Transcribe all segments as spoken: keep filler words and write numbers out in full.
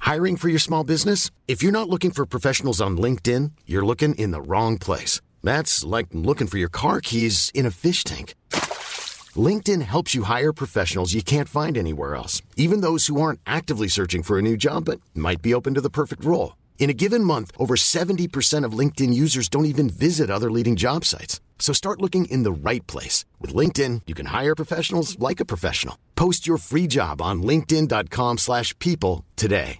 Hiring for your small business? If you're not looking for professionals on LinkedIn, you're looking in the wrong place. That's like looking for your car keys in a fish tank. LinkedIn helps you hire professionals you can't find anywhere else, even those who aren't actively searching for a new job but might be open to the perfect role. In a given month, over seventy percent of LinkedIn users don't even visit other leading job sites. So start looking in the right place. With LinkedIn, you can hire professionals like a professional. Post your free job on linkedin dot com slash people today.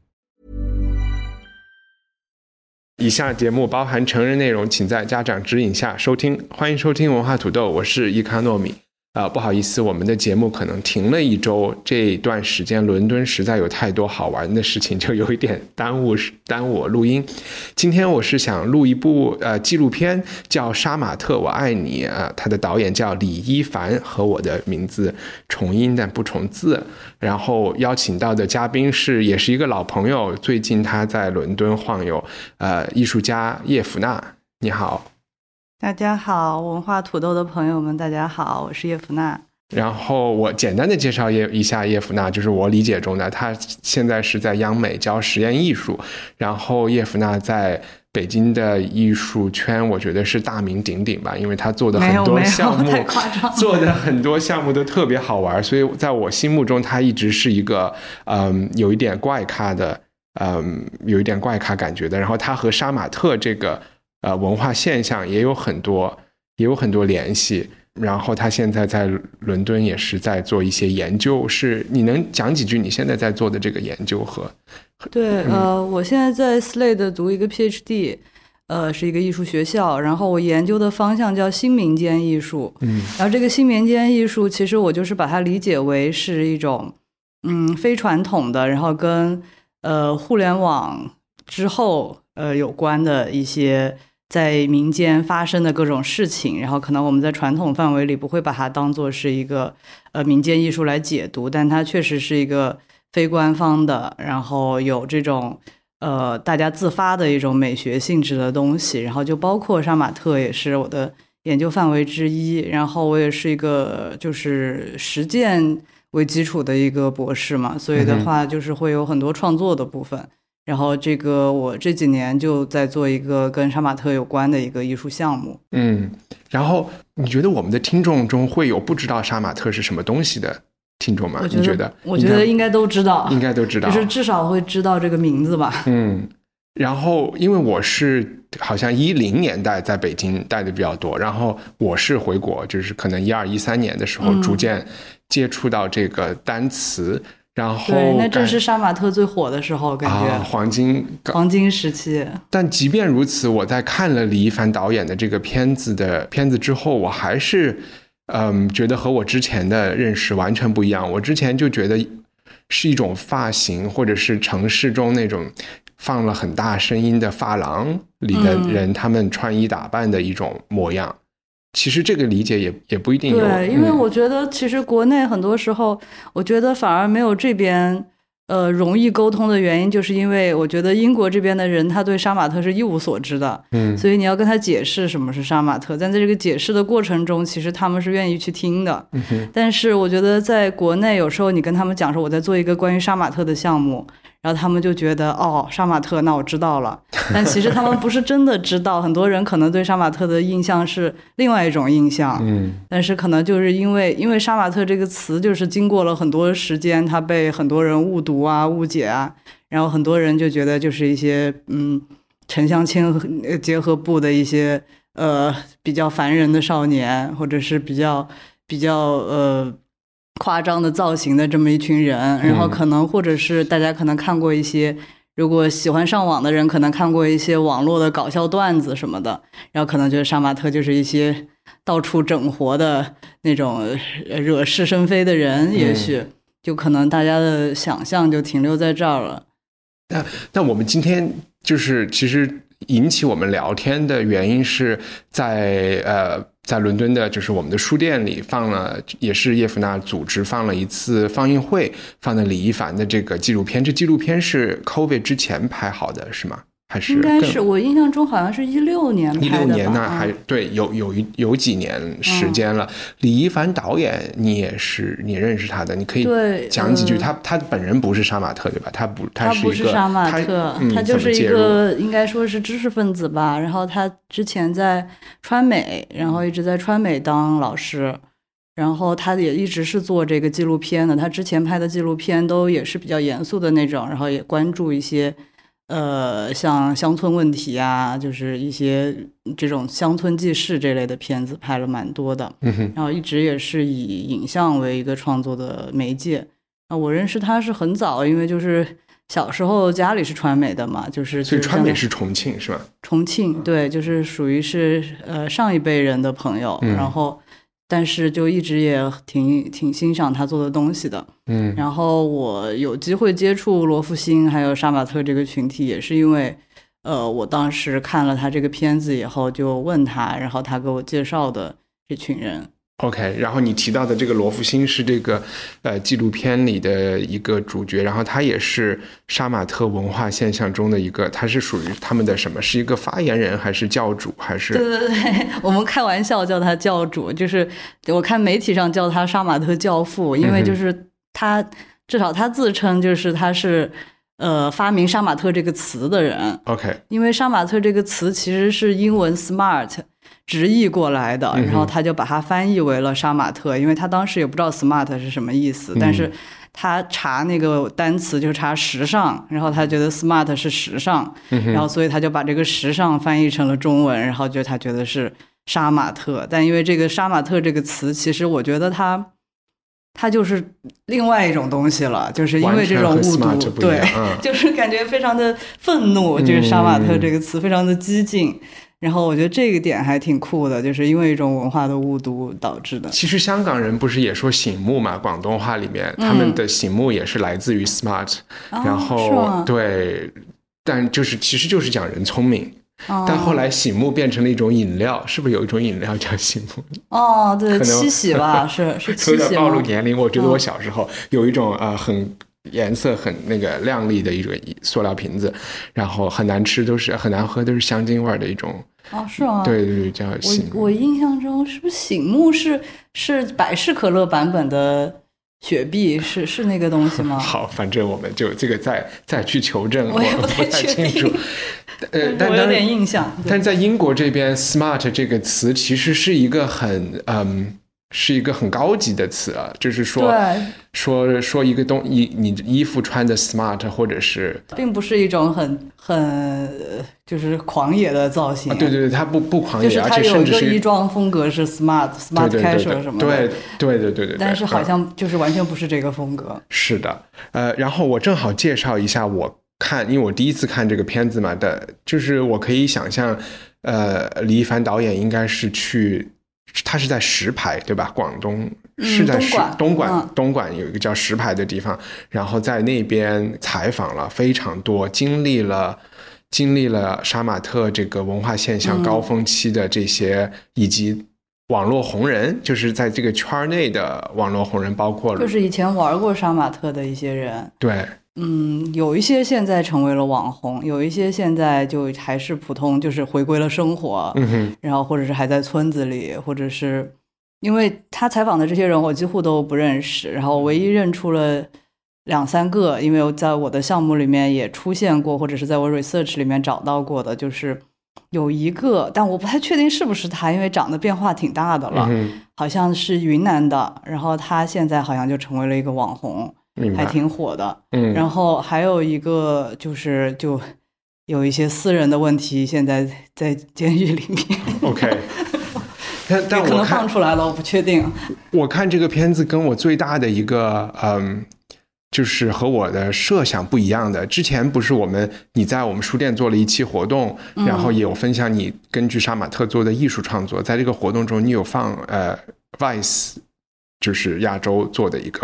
以下节目包含成人内容，请在家长指引下收听。欢迎收听文化土豆，我是伊卡糯米。呃，不好意思，我们的节目可能停了一周，这段时间伦敦实在有太多好玩的事情，就有一点耽误耽误我录音。今天我是想录一部呃纪录片，叫《杀马特我爱你》啊、呃，它的导演叫李一凡，和我的名字重音但不重字。然后邀请到的嘉宾是也是一个老朋友，最近他在伦敦晃悠，呃，艺术家叶甫娜，你好。 大家好，文化土豆的朋友们大家好，我是叶甫娜。 然后我简单的介绍一下叶甫娜，就是我理解中的她现在是在央美教实验艺术，然后叶甫娜在北京的艺术圈我觉得是大名鼎鼎吧，因为她做的很多项目做的很多项目都特别好玩，所以在我心目中她一直是一个嗯有一点怪咖的嗯有一点怪咖感觉的。然后她和杀马特这个呃，文化现象也有很多，也有很多联系。然后他现在在伦敦也是在做一些研究，是你能讲几句你现在在做的这个研究和？ 对，呃，我现在在 Slade 读一个 PhD， 呃，是一个艺术学校，然后我研究的方向叫新民间艺术。嗯，然后这个新民间艺术，其实我就是把它理解为是一种嗯非传统的，然后跟呃互联网之后呃有关的一些在民间发生的各种事情，然后可能我们在传统范围里不会把它当作是一个呃民间艺术来解读，但它确实是一个非官方的，然后有这种呃大家自发的一种美学性质的东西，然后就包括杀马特也是我的研究范围之一，然后我也是一个就是实践为基础的一个博士嘛，所以的话就是会有很多创作的部分。然后这个我这几年就在做一个跟杀马特有关的一个艺术项目。嗯， 然后你觉得我们的听众中会有不知道杀马特是什么东西的听众吗？ 我觉得你觉得？ 我觉得应该都知道， 应该都知道， 就是至少会知道这个名字吧。 嗯，然后因为我是好像一零年代在北京待的比较多，然后我是回国，就是可能一二一三年的时候逐渐接触到这个单词。嗯，然后对，那正是杀马特最火的时候，感觉、 啊、黄金黄金时期。 但即便如此，我在看了李一凡导演的这个片子的片子之后，我还是嗯觉得和我之前的认识完全不一样。我之前就觉得是一种发型，或者是城市中那种放了很大声音的发廊里的人、嗯、他们穿衣打扮的一种模样。其实这个理解也也不一定有， 对，因为我觉得其实国内很多时候、嗯、我觉得反而没有这边呃容易沟通的原因，就是因为我觉得英国这边的人他对杀马特是一无所知的，嗯，所以你要跟他解释什么是杀马特，但在这个解释的过程中其实他们是愿意去听的、嗯、但是我觉得在国内有时候你跟他们讲说我在做一个关于杀马特的项目，然后他们就觉得哦，杀马特那我知道了，但其实他们不是真的知道很多人可能对杀马特的印象是另外一种印象，嗯，但是可能就是因为因为杀马特这个词就是经过了很多时间，它被很多人误读啊误解啊，然后很多人就觉得就是一些嗯城乡青结合部的一些呃比较烦人的少年，或者是比较比较呃夸张的造型的这么一群人，然后可能或者是大家可能看过一些，如果喜欢上网的人可能看过一些网络的搞笑段子什么的，然后可能觉得杀马特就是一些到处整活的那种惹是生非的人，也许就可能大家的想象就停留在这儿了。 那那我们今天就是其实引起我们聊天的原因是在呃在伦敦的就是我们的书店里放了，也是叶甫娜组织放了一次放映会，放的李一凡的这个纪录片。这纪录片是 COVID 之前拍好的是吗？ 还是应该是我印象中好像是一六年拍的吧。 一六年那还、嗯、对，有有有几年时间了。嗯、李一凡导演，你也是你认识他的，你可以讲几句。呃、他他本人不是杀马特对吧？他不，他是一个他不是杀马特，他, 嗯、他就是一个应该说是知识分子吧。然后他之前在川美，然后一直在川美当老师。然后他也一直是做这个纪录片的，他之前拍的纪录片都也是比较严肃的那种，然后也关注一些呃像乡村问题啊，就是一些这种乡村纪事这类的片子拍了蛮多的。 嗯哼。 然后一直也是以影像为一个创作的媒介。啊，我认识他是很早，因为就是小时候家里是川美的嘛，就是所以川美是重庆是吧？ 重庆，对，就是属于是呃上一辈人的朋友， 嗯、 然后。但是就一直也挺挺欣赏他做的东西的， 嗯， 然后我有机会接触罗福星还有杀马特这个群体，也是因为，呃，我当时看了他这个片子以后就问他，然后他给我介绍的这群人。 OK， 然后你提到的这个罗福星是这个呃纪录片里的一个主角，然后他也是杀马特文化现象中的一个，他是属于他们的什么？是一个发言人还是教主还是？ 对对对，我们开玩笑叫他教主，就是我看媒体上叫他杀马特教父，因为就是他、嗯、至少他自称就是他是呃发明杀马特这个词的人。 OK， 因为杀马特这个词其实是英文 smart。直译过来的，然后他就把它翻译为了杀马特，因为他当时也不知道 smart 是什么意思，但是他查那个单词就查时尚，然后他觉得 smart 是时尚，然后所以他就把这个时尚翻译成了中文，然后就他觉得是杀马特。但因为这个杀马特这个词，其实我觉得它它就是另外一种东西了，就是因为这种误读，对、嗯、就是感觉非常的愤怒，就是杀马特这个词非常的激进。然后我觉得这个点还挺酷的，就是因为一种文化的误读导致的。 其实香港人不是也说醒目嘛，广东话里面、嗯、他们的醒目也是来自于 smart、哦、然后对，但就是其实就是讲人聪明、哦、但后来醒目变成了一种饮料，是不是有一种饮料叫醒目？ 哦，对，七喜吧，是是七喜吗？ 有点暴露年龄。我觉得我小时候有一种、呃、很颜色很那个亮丽的一种塑料瓶子，然后很难吃，都是很难喝，都是香精味的一种。 哦，是吗？ 对对对，叫醒目。 我我印象中是不是醒目是是百事可乐版本的雪碧，是是那个东西吗？ 好，反正我们就这个再再去求证， 我也不太清楚。呃，但我有点印象。 但在英国这边 ，smart 这个词其实是一个很嗯。是一个很高级的词啊，就是说说说一个东衣，你衣服穿的 smart， 或者是并不是一种很很就是狂野的造型、啊啊、对对对，它不不狂野， 就是它有一个衣装风格是 smart smart casual 什么的， 对对对对对， 但是好像就是完全不是这个风格、嗯、 是的。呃，然后我正好介绍一下我看，因为我第一次看这个片子嘛的，就是我可以想象呃李一凡导演应该是去他是在石牌对吧？广东是在石、嗯、东莞，嗯、东莞有一个叫石牌的地方，然后在那边采访了非常多，经历了经历了杀马特这个文化现象高峰期的这些，嗯、以及网络红人，就是在这个圈内的网络红人，包括了就是以前玩过杀马特的一些人， 对。 嗯，有一些现在成为了网红，有一些现在就还是普通，就是回归了生活， 嗯哼， 然后或者是还在村子里，或者是因为他采访的这些人我几乎都不认识，然后唯一认出了两三个，因为在我的项目里面也出现过，或者是在我 research 里面找到过的，就是有一个，但我不太确定是不是他，因为长得变化挺大的了， 嗯、 好像是云南的，然后他现在好像就成为了一个网红。还挺火的， 嗯， 然后还有一个就是就有一些私人的问题，现在在监狱里面。 OK， 但但我可能放出来了，我不确定。 我看这个片子跟我最大的一个嗯，就是和我的设想不一样的。之前不是我们你在我们书店做了一期活动， 嗯、 然后也有分享你根据杀马特做的艺术创作，在这个活动中你有放呃 Vice 就是亚洲做的一个。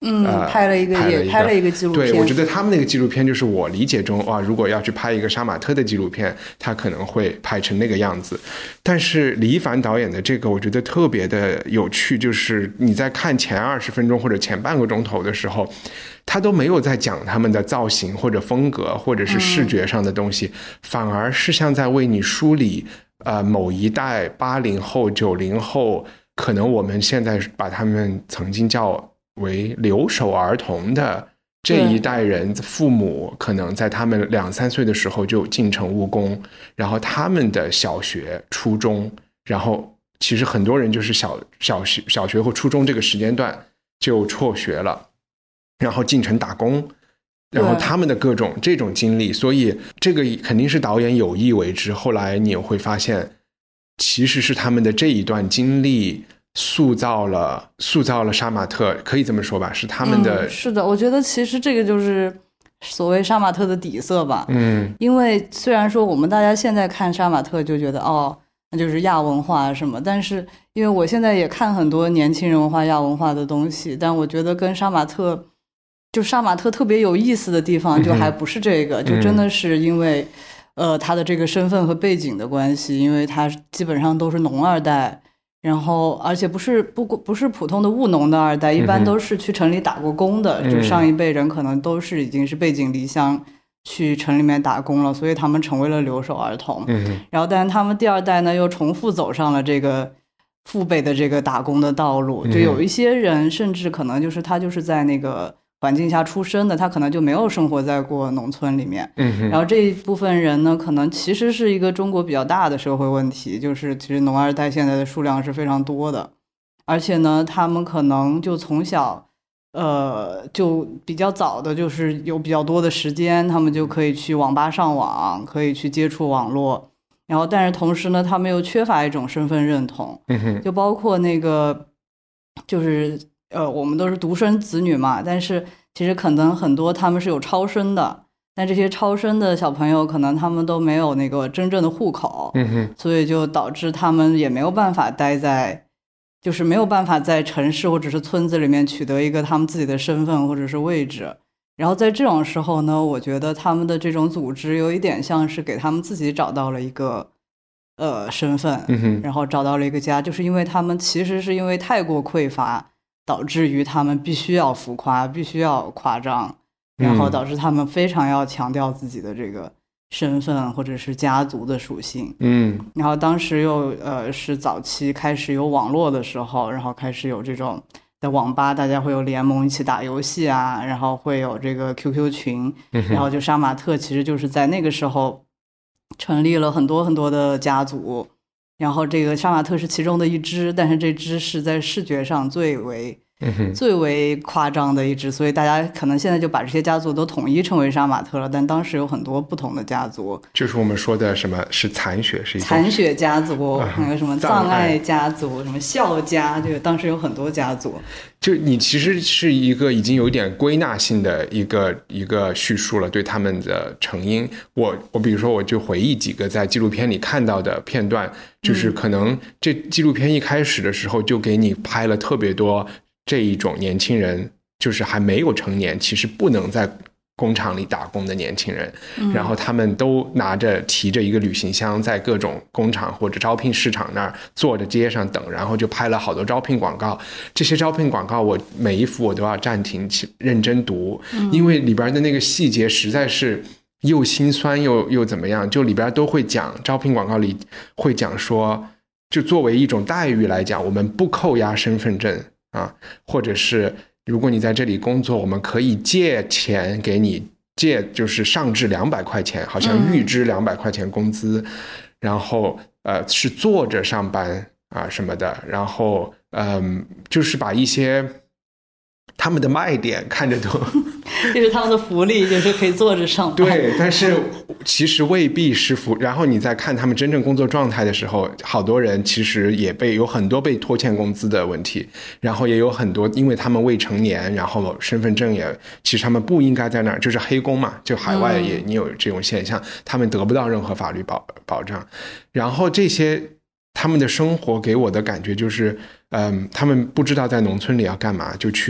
嗯， 呃、 拍了一个也拍了一个纪录片。 对，我觉得他们那个纪录片就是我理解中哇，如果要去拍一个杀马特的纪录片，他可能会拍成那个样子。但是李一凡导演的这个我觉得特别的有趣，就是你在看前二十分钟或者前半个钟头的时候，他都没有在讲他们的造型或者风格或者是视觉上的东西，嗯、反而是像在为你梳理呃某一代八零后九零后，可能我们现在把他们曾经叫为留守儿童的这一代人，父母可能在他们两三岁的时候就进城务工，然后他们的小学初中，然后其实很多人就是小小学小学或初中这个时间段就辍学了，然后进城打工，然后他们的各种这种经历，所以这个肯定是导演有意为之。后来你会发现其实是他们的这一段经历塑造了塑造了杀马特，可以这么说吧，是他们的、 嗯、是的，我觉得其实这个就是所谓杀马特的底色吧。 嗯， 因为虽然说我们大家现在看杀马特就觉得哦那就是亚文化什么，但是因为我现在也看很多年轻人文化亚文化的东西，但我觉得跟杀马特就杀马特特别有意思的地方就还不是这个、嗯、就真的是因为呃他的这个身份和背景的关系，因为他基本上都是农二代，然后而且不是不不是普通的务农的二代，一般都是去城里打过工的、嗯、就上一辈人可能都是已经是背井离乡去城里面打工了，所以他们成为了留守儿童、嗯、然后但是他们第二代呢又重复走上了这个父辈的这个打工的道路，就有一些人甚至可能就是他就是在那个环境下出生的，他可能就没有生活在过农村里面、嗯、然后这一部分人呢可能其实是一个中国比较大的社会问题，就是其实农二代现在的数量是非常多的，而且呢他们可能就从小呃就比较早的就是有比较多的时间，他们就可以去网吧上网，可以去接触网络，然后但是同时呢他们又缺乏一种身份认同、嗯、就包括那个就是呃，我们都是独生子女嘛，但是其实可能很多他们是有超生的，但这些超生的小朋友可能他们都没有那个真正的户口、嗯、哼，所以就导致他们也没有办法待在就是没有办法在城市或者是村子里面取得一个他们自己的身份或者是位置，然后在这种时候呢，我觉得他们的这种组织有一点像是给他们自己找到了一个呃身份、嗯、然后找到了一个家，就是因为他们其实是因为太过匮乏导致于他们必须要浮夸，必须要夸张，然后导致他们非常要强调自己的这个身份或者是家族的属性。嗯，然后当时又呃是早期开始有网络的时候，然后开始有这种在网吧大家会有联盟一起打游戏啊，然后会有这个 Q Q 群、嗯、然后就杀马特其实就是在那个时候成立了很多很多的家族，然后这个杀马特是其中的一支，但是这支是在视觉上最为、嗯、最为夸张的一支，所以大家可能现在就把这些家族都统一称为杀马特了，但当时有很多不同的家族， 就是我们说的什么是残血，是一种残血家族、嗯、还有什么藏爱家族，什么孝家，就当时有很多家族。 就你其实是一个已经有一点归纳性的一个一个叙述了对他们的成因。我我比如说我就回忆几个在纪录片里看到的片段，就是可能这纪录片一开始的时候就给你拍了特别多这一种年轻人，就是还没有成年，其实不能在工厂里打工的年轻人、嗯、然后他们都拿着提着一个旅行箱在各种工厂或者招聘市场那儿坐着街上等，然后就拍了好多招聘广告。这些招聘广告我每一幅我都要暂停认真读、嗯、因为里边的那个细节实在是又心酸又又怎么样，就里边都会讲，招聘广告里会讲说，就作为一种待遇来讲，我们不扣押身份证啊，或者是如果你在这里工作，我们可以借钱给你，借就是上至两百块钱，好像预支两百块钱工资、嗯、然后呃是坐着上班啊什么的，然后嗯、呃、就是把一些他们的卖点看着都就是他们的福利，就是可以坐着上班。 对，但是其实未必是福。然后你在看他们真正工作状态的时候，好多人其实也被有很多被拖欠工资的问题，然后也有很多因为他们未成年，然后身份证也其实他们不应该在那儿，就是黑工嘛，就海外也你有这种现象、嗯、他们得不到任何法律保保障。然后这些他们的生活给我的感觉就是嗯，他们不知道在农村里要干嘛，就去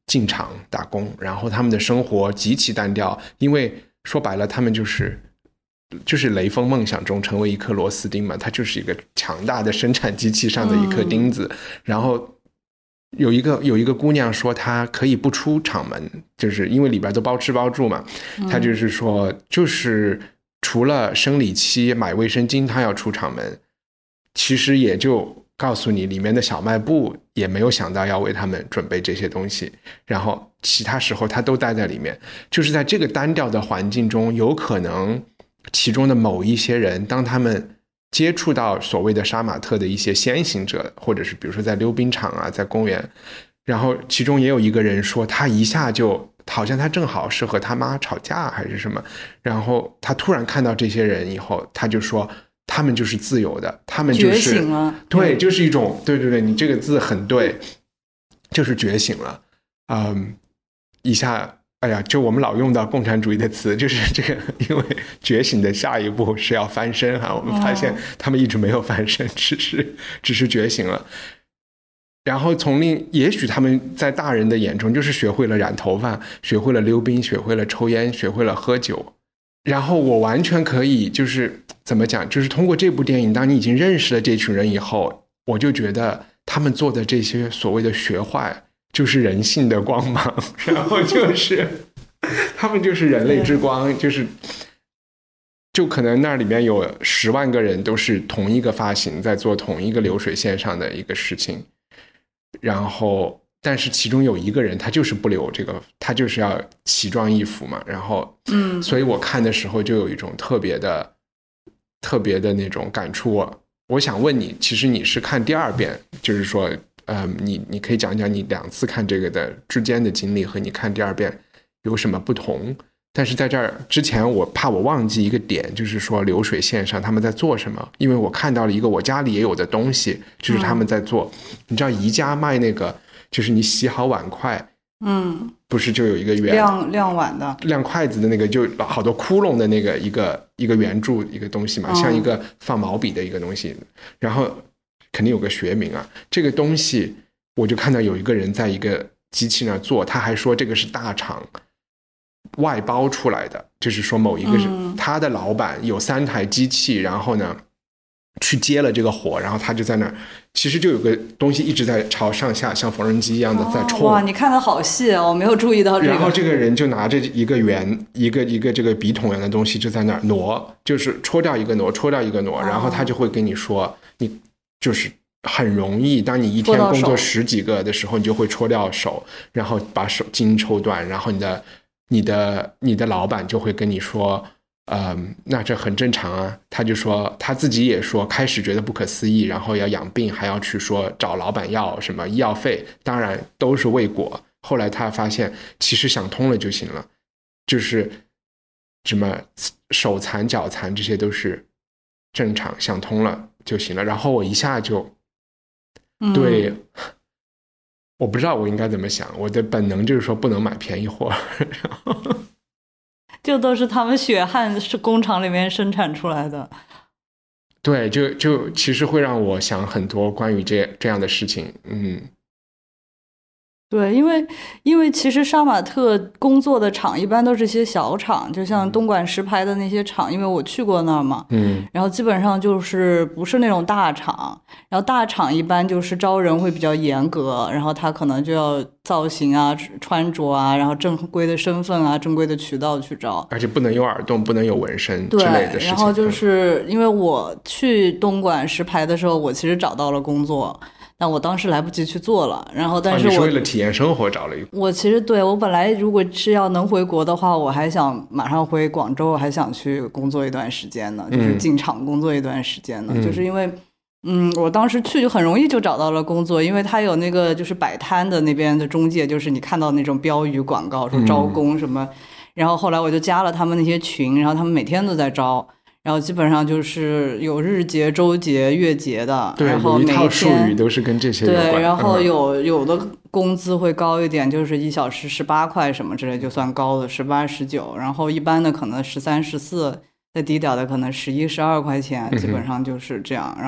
进厂打工，然后他们的生活极其单调，因为说白了他们就是就是雷锋梦想中成为一颗螺丝钉嘛，它就是一个强大的生产机器上的一颗钉子、嗯、然后有一个有一个姑娘说她可以不出厂门，就是因为里边都包吃包住嘛，她就是说就是除了生理期买卫生巾她要出厂门，其实也就告诉你里面的小卖部也没有想到要为他们准备这些东西，然后其他时候他都待在里面，就是在这个单调的环境中，有可能其中的某一些人当他们接触到所谓的杀马特的一些先行者，或者是比如说在溜冰场啊，在公园，然后其中也有一个人说他一下就好像他正好是和他妈吵架还是什么，然后他突然看到这些人以后，他就说他们就是自由的，他们就是觉醒了， 对，就是一种对对对，你这个字很对，就是觉醒了。嗯，一下哎呀，就我们老用到共产主义的词，就是这个，因为觉醒的下一步是要翻身哈，我们发现他们一直没有翻身，只是只是觉醒了。然后从另也许他们在大人的眼中就是学会了染头发，学会了溜冰，学会了抽烟，学会了喝酒。然后我完全可以就是怎么讲，就是通过这部电影，当你已经认识了这群人以后，我就觉得他们做的这些所谓的学坏就是人性的光芒，然后就是他们就是人类之光，就是就可能那里面有十万个人都是同一个发型在做同一个流水线上的一个事情，然后但是其中有一个人他就是不留这个，他就是要奇装异服嘛，然后嗯，所以我看的时候就有一种特别的特别的那种感触。我我想问你，其实你是看第二遍，就是说呃，你你可以讲讲你两次看这个的之间的经历和你看第二遍有什么不同。但是在这儿之前我怕我忘记一个点，就是说流水线上他们在做什么，因为我看到了一个我家里也有的东西，就是他们在做、嗯、你知道宜家卖那个就是你洗好碗筷，嗯，不是就有一个圆晾晾碗的晾筷子的那个，就好多窟窿的那个一个一个圆柱一个东西嘛、嗯、像一个放毛笔的一个东西，然后肯定有个学名啊。这个东西我就看到有一个人在一个机器那做，他还说这个是大厂外包出来的，就是说某一个是他的老板有三台机器，然后呢去接了这个活，然后他就在那儿，其实就有个东西一直在朝上下像缝纫机一样的在冲、 哦、哇，你看的好细啊，我没有注意到这个。 然后这个人就拿着一个圆一个一个这个笔筒一样的东西就在那儿挪，就是戳掉一个挪戳掉一个挪、哦、然后他就会跟你说你就是很容易，当你一天工作十几个的时候你就会戳掉手，然后把手筋抽断，然后你的你的你的老板就会跟你说呃，那这很正常啊。他就说他自己也说开始觉得不可思议，然后要养病还要去说找老板要什么医药费，当然都是未果。后来他发现其实想通了就行了，就是什么手残脚残这些都是正常，想通了就行了。然后我一下就对、嗯、我不知道我应该怎么想，我的本能就是说不能买便宜货，然后就都是他们血汗是工厂里面生产出来的。 对，就就其实会让我想很多关于这这样的事情。嗯， 对，因为因为其实杀马特工作的厂一般都是一些小厂，就像东莞石牌的那些厂，因为我去过那儿嘛，嗯，然后基本上就是不是那种大厂，然后大厂一般就是招人会比较严格，然后他可能就要造型啊、穿着啊，然后正规的身份啊、正规的渠道去招， 而且不能有耳洞，不能有纹身之类的事情。 对，然后就是因为我去东莞石牌的时候，我其实找到了工作。但我当时来不及去做了，然后但是我、啊、 你是为了体验生活找了一个。 我其实对我本来如果是要能回国的话，我还想马上回广州，还想去工作一段时间呢，就是进厂工作一段时间呢、嗯、就是因为嗯，我当时去就很容易就找到了工作，因为他有那个就是摆摊的那边的中介，就是你看到那种标语广告说招工什么、嗯、然后后来我就加了他们那些群，然后他们每天都在招，然后基本上就是有日结、周结、月结的， 对， 然后每一天有一套术语都是跟这些有关。 对，然后有、嗯、有的工资会高一点，就是一小时十八块什么之类就算高的，十八、十九，然后一般的可能十三、十四，再低点的可能十一、十二块钱，基本上就是这样。嗯、然后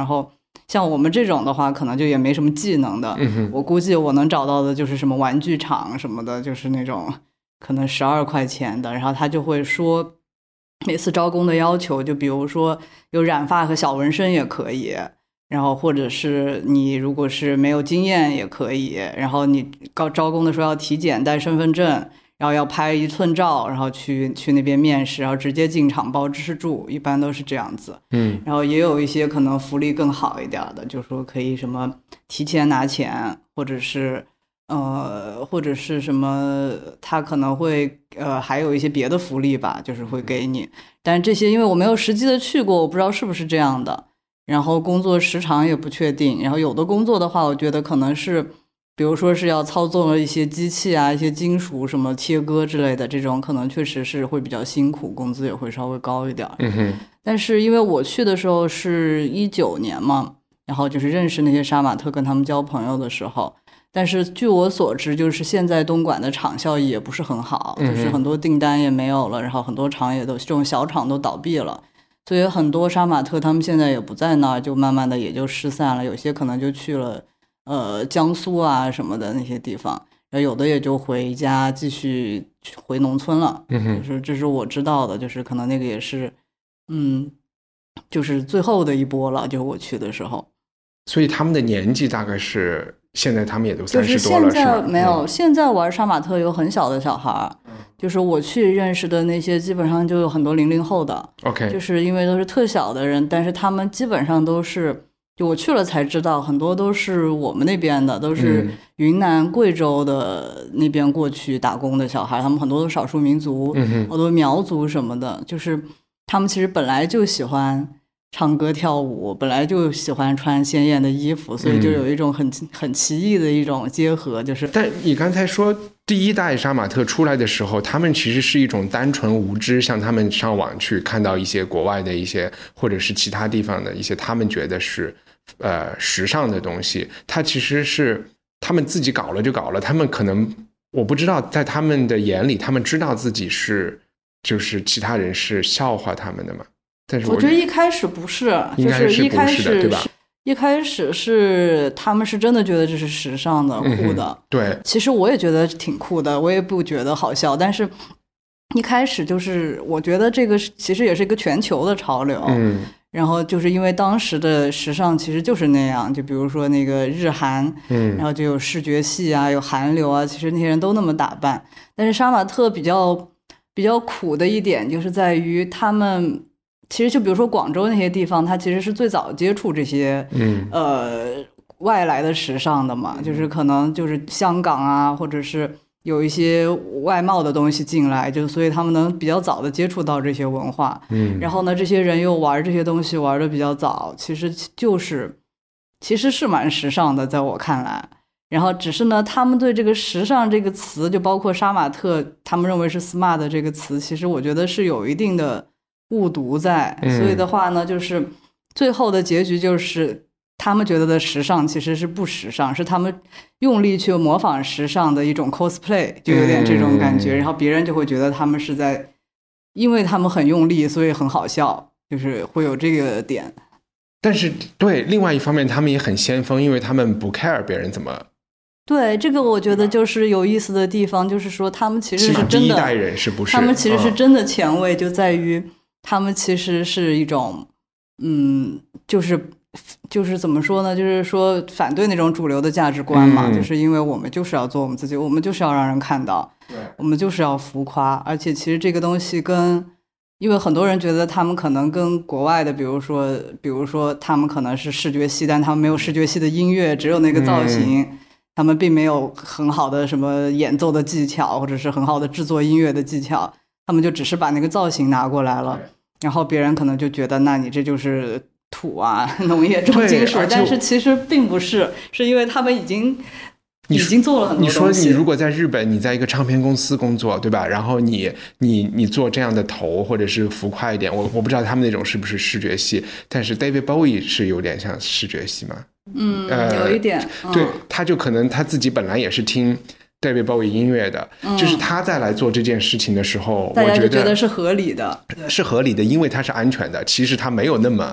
像我们这种的话可能就也没什么技能的、 嗯、 我估计我能找到的就是什么玩具厂什么的，就是那种可能十二块钱的，然后他就会说每次招工的要求，就比如说有染发和小纹身也可以，然后或者是你如果是没有经验也可以，然后你招招工的时候要体检带身份证，然后要拍一寸照，然后去去那边面试，然后直接进厂包吃住，一般都是这样子。 嗯， 然后也有一些可能福利更好一点的，就是说可以什么提前拿钱，或者是呃或者是什么他可能会呃还有一些别的福利吧，就是会给你。但是这些因为我没有实际的去过，我不知道是不是这样的。然后工作时长也不确定，然后有的工作的话我觉得可能是比如说是要操纵一些机器啊，一些金属什么切割之类的，这种可能确实是会比较辛苦，工资也会稍微高一点。 嗯哼。 但是因为我去的时候是一九年嘛，然后就是认识那些杀马特跟他们交朋友的时候，但是据我所知就是现在东莞的厂效益也不是很好，就是很多订单也没有了，然后很多厂也都这种小厂都倒闭了，所以很多杀马特他们现在也不在那儿，就慢慢的也就失散了，有些可能就去了呃江苏啊什么的那些地方，然后有的也就回家继续回农村了。 嗯哼， 就是这是我知道的，就是可能那个也是嗯就是最后的一波了，就是我去的时候。 所以他们的年纪大概是现在他们也都三十多了， 就是现在没有、 嗯、 现在玩杀马特有很小的小孩、嗯、就是我去认识的那些基本上就有很多零零后的 OK， 就是因为都是特小的人，但是他们基本上都是就我去了才知道很多都是我们那边的，都是云南贵州的那边过去打工的小孩，他们很多都是少数民族，好多苗族什么的，就是他们其实本来就喜欢唱歌跳舞，本来就喜欢穿鲜艳的衣服，所以就有一种很、嗯、很奇异的一种结合。就是但你刚才说第一代杀马特出来的时候，他们其实是一种单纯无知，像他们上网去看到一些国外的一些或者是其他地方的一些他们觉得是呃时尚的东西，它其实是他们自己搞了就搞了，他们可能我不知道在他们的眼里他们知道自己是就是其他人是笑话他们的嘛，但是 我, 我觉得一开始不是，就是一开始对吧？ 一开始是他们是真的觉得这是时尚的、 嗯、 酷的。 对， 其实我也觉得挺酷的，我也不觉得好笑，但是一开始就是我觉得这个其实也是一个全球的潮流。 嗯， 然后就是因为当时的时尚其实就是那样，就比如说那个日韩， 嗯， 然后就有视觉系啊，有韩流啊，其实那些人都那么打扮。但是杀马特比较比较苦的一点就是在于他们其实就比如说广州那些地方，它其实是最早接触这些嗯呃外来的时尚的嘛，就是可能就是香港啊，或者是有一些外贸的东西进来，就所以他们能比较早的接触到这些文化。 嗯， 然后呢，这些人又玩这些东西玩的比较早，其实就是其实是蛮时尚的，在我看来。然后只是呢，他们对这个时尚这个词，就包括杀马特他们认为是 smart 这个词，其实我觉得是有一定的误读在，所以的话呢，就是最后的结局就是他们觉得的时尚其实是不时尚，是他们用力去模仿时尚的一种 cosplay， 就有点这种感觉、嗯、然后别人就会觉得他们是在因为他们很用力所以很好笑，就是会有这个点。 但是对另外一方面他们也很先锋，因为他们不 care 别人怎么。 对，这个我觉得就是有意思的地方，就是说他们其实是真的， 第一代人是不是他们其实是真的前卫、嗯、就在于他们其实是一种嗯就是就是怎么说呢，就是说反对那种主流的价值观嘛、嗯、就是因为我们就是要做我们自己，我们就是要让人看到，我们就是要浮夸，而且其实这个东西跟因为很多人觉得他们可能跟国外的比如说比如说他们可能是视觉系，但他们没有视觉系的音乐，只有那个造型、嗯，他们并没有很好的什么演奏的技巧，或者是很好的制作音乐的技巧，他们就只是把那个造型拿过来了，然后别人可能就觉得那你这就是土啊，农业重金属，但是其实并不是，是因为他们已经已经做了很多东西。 你说你如果在日本，你在一个唱片公司工作，对吧？然后你你你做这样的头或者是浮夸一点，我我不知道他们那种是不是视觉系，但是 David Bowie 是有点像视觉系嘛。 嗯、呃，有一点、嗯、 对，他就可能他自己本来也是听 David Bowie 音乐的、嗯、就是他在来做这件事情的时候， 大家就我觉得觉得是合理的， 是合理的，因为它是安全的，其实他没有那么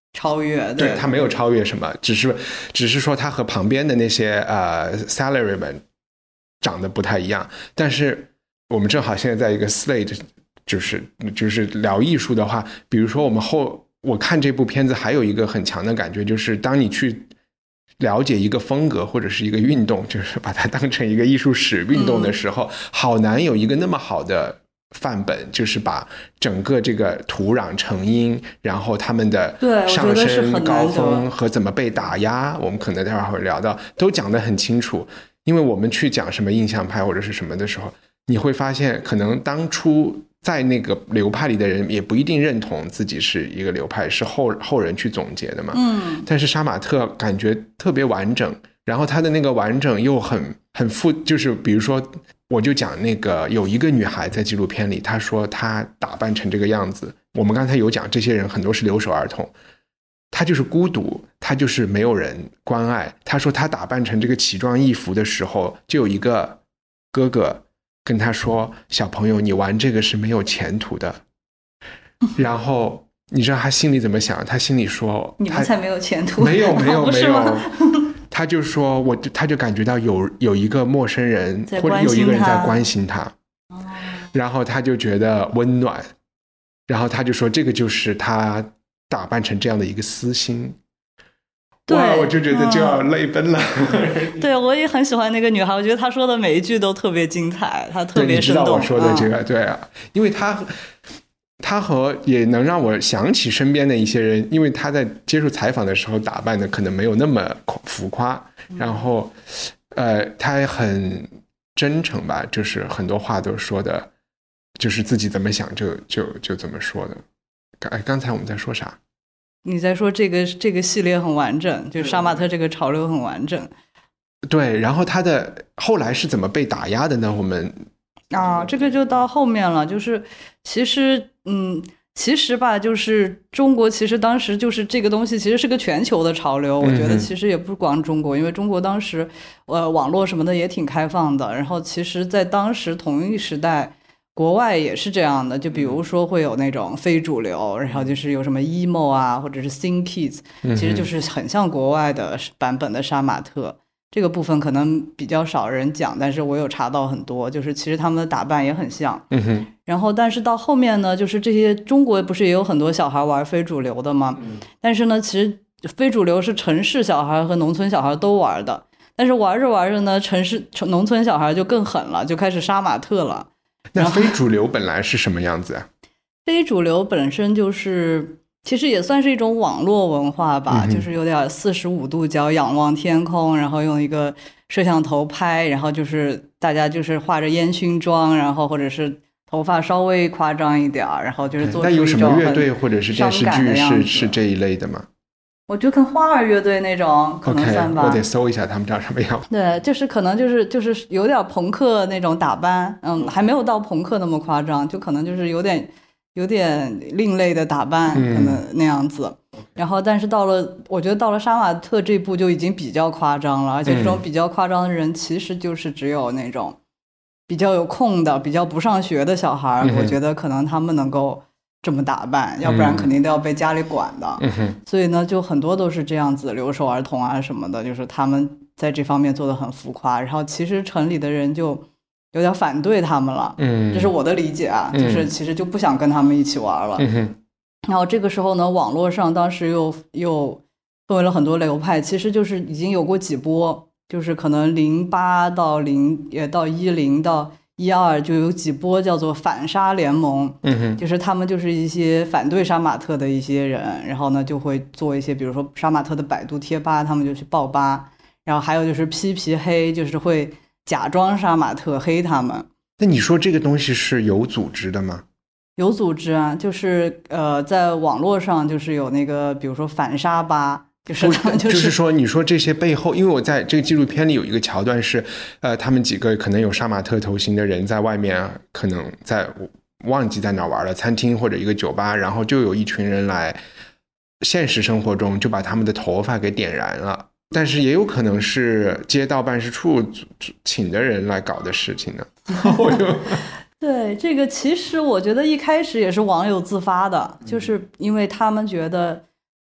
超越， 对，他没有超越什么，只是只是说他和旁边的那些呃 salaryman 长得不太一样。但是我们正好现在在一个 slate， 就是就是聊艺术的话，比如说我们后我看这部片子还有一个很强的感觉，就是当你去了解一个风格或者是一个运动，就是把它当成一个艺术史运动的时候，嗯、好难有一个那么好的范本，就是把整个这个土壤成因，然后他们的上升高峰和怎么被打压，我们可能待会儿会聊到，都讲得很清楚。因为我们去讲什么印象派或者是什么的时候，你会发现可能当初在那个流派里的人也不一定认同自己是一个流派，是后后人去总结的嘛。嗯。但是杀马特感觉特别完整，然后他的那个完整又很很复，就是比如说。我就讲那个有一个女孩在纪录片里，她说她打扮成这个样子，我们刚才有讲这些人很多是留守儿童，她就是孤独，她就是没有人关爱。她说她打扮成这个奇装异服的时候，就有一个哥哥跟她说，小朋友你玩这个是没有前途的。然后你知道她心里怎么想？她心里说你们才没有前途。 没有没有没有他就说我他就感觉到有有一个陌生人或者有一个人在关心他、哦、然后他就觉得温暖，然后他就说这个就是他打扮成这样的一个私心。哇，我就觉得就要泪奔了、 嗯、对，我也很喜欢那个女孩，我觉得她说的每一句都特别精彩，她特别生动。 对，你知道我说的这个、嗯、对啊，因为她他和也能让我想起身边的一些人，因为他在接受采访的时候打扮的可能没有那么浮夸，然后呃他很真诚吧，就是很多话都说的就是自己怎么想就就就怎么说的。哎，刚才我们在说啥？ 你在说这个这个系列很完整，就杀马特这个潮流很完整。 对，然后他的后来是怎么被打压的呢？我们啊，这个就到后面了，就是其实嗯其实吧，就是中国其实当时就是这个东西其实是个全球的潮流，我觉得其实也不光中国，因为中国当时呃网络什么的也挺开放的，然后其实在当时同一时代国外也是这样的，就比如说会有那种非主流，然后就是有什么 emo 啊或者是 Thin Kids， 其实就是很像国外的版本的杀马特。这个部分可能比较少人讲，但是我有查到很多，就是其实他们的打扮也很像。嗯哼。然后但是到后面呢，就是这些中国不是也有很多小孩玩非主流的吗？嗯。但是呢，其实非主流是城市小孩和农村小孩都玩的，但是玩着玩着呢，城市农村小孩就更狠了，就开始杀马特了。 那非主流本来是什么样子啊？ 非主流本身就是其实也算是一种网络文化吧、嗯、就是有点四十五度角仰望天空，然后用一个摄像头拍，然后就是大家就是化着烟熏妆，然后或者是头发稍微夸张一点，然后就是做出一种很伤感的样子。那有什么乐队或者是电视剧是是这一类的吗？我觉得跟花儿乐队那种可能算吧。 Okay, 我得搜一下他们长什么样。 对，就是可能就是就是有点朋克那种打扮，嗯，还没有到朋克那么夸张，就可能就是有点有点另类的打扮，可能那样子。嗯、然后，但是到了，我觉得到了杀马特这部就已经比较夸张了，而且这种比较夸张的人，其实就是只有那种比较有空的、比较不上学的小孩，嗯、我觉得可能他们能够这么打扮，要不然肯定都要被家里管的。嗯、所以呢，就很多都是这样子，留守儿童啊什么的，就是他们在这方面做得很浮夸。然后其实城里的人就有点反对他们了，嗯，这是我的理解啊，嗯、就是其实就不想跟他们一起玩了。嗯、然后这个时候呢，网络上当时又又分为了很多流派，其实就是已经有过几波，就是可能零八到零也到一零到一二就有几波叫做反杀联盟，嗯，就是他们就是一些反对杀马特的一些人，然后呢就会做一些比如说杀马特的百度贴吧，他们就去爆吧，然后还有就是披皮黑，就是会假装杀马特黑他们。 那你说这个东西是有组织的吗？ 有组织啊，就是呃在网络上就是有那个比如说反杀吧，就是他们就是、 就是说你说这些背后，因为我在这个纪录片里有一个桥段是呃他们几个可能有杀马特头型的人在外面，可能在忘记在哪玩了，餐厅或者一个酒吧，然后就有一群人来现实生活中就把他们的头发给点燃了，但是也有可能是街道办事处请的人来搞的事情呢。我就对，这个其实我觉得一开始也是网友自发的，就是因为他们觉得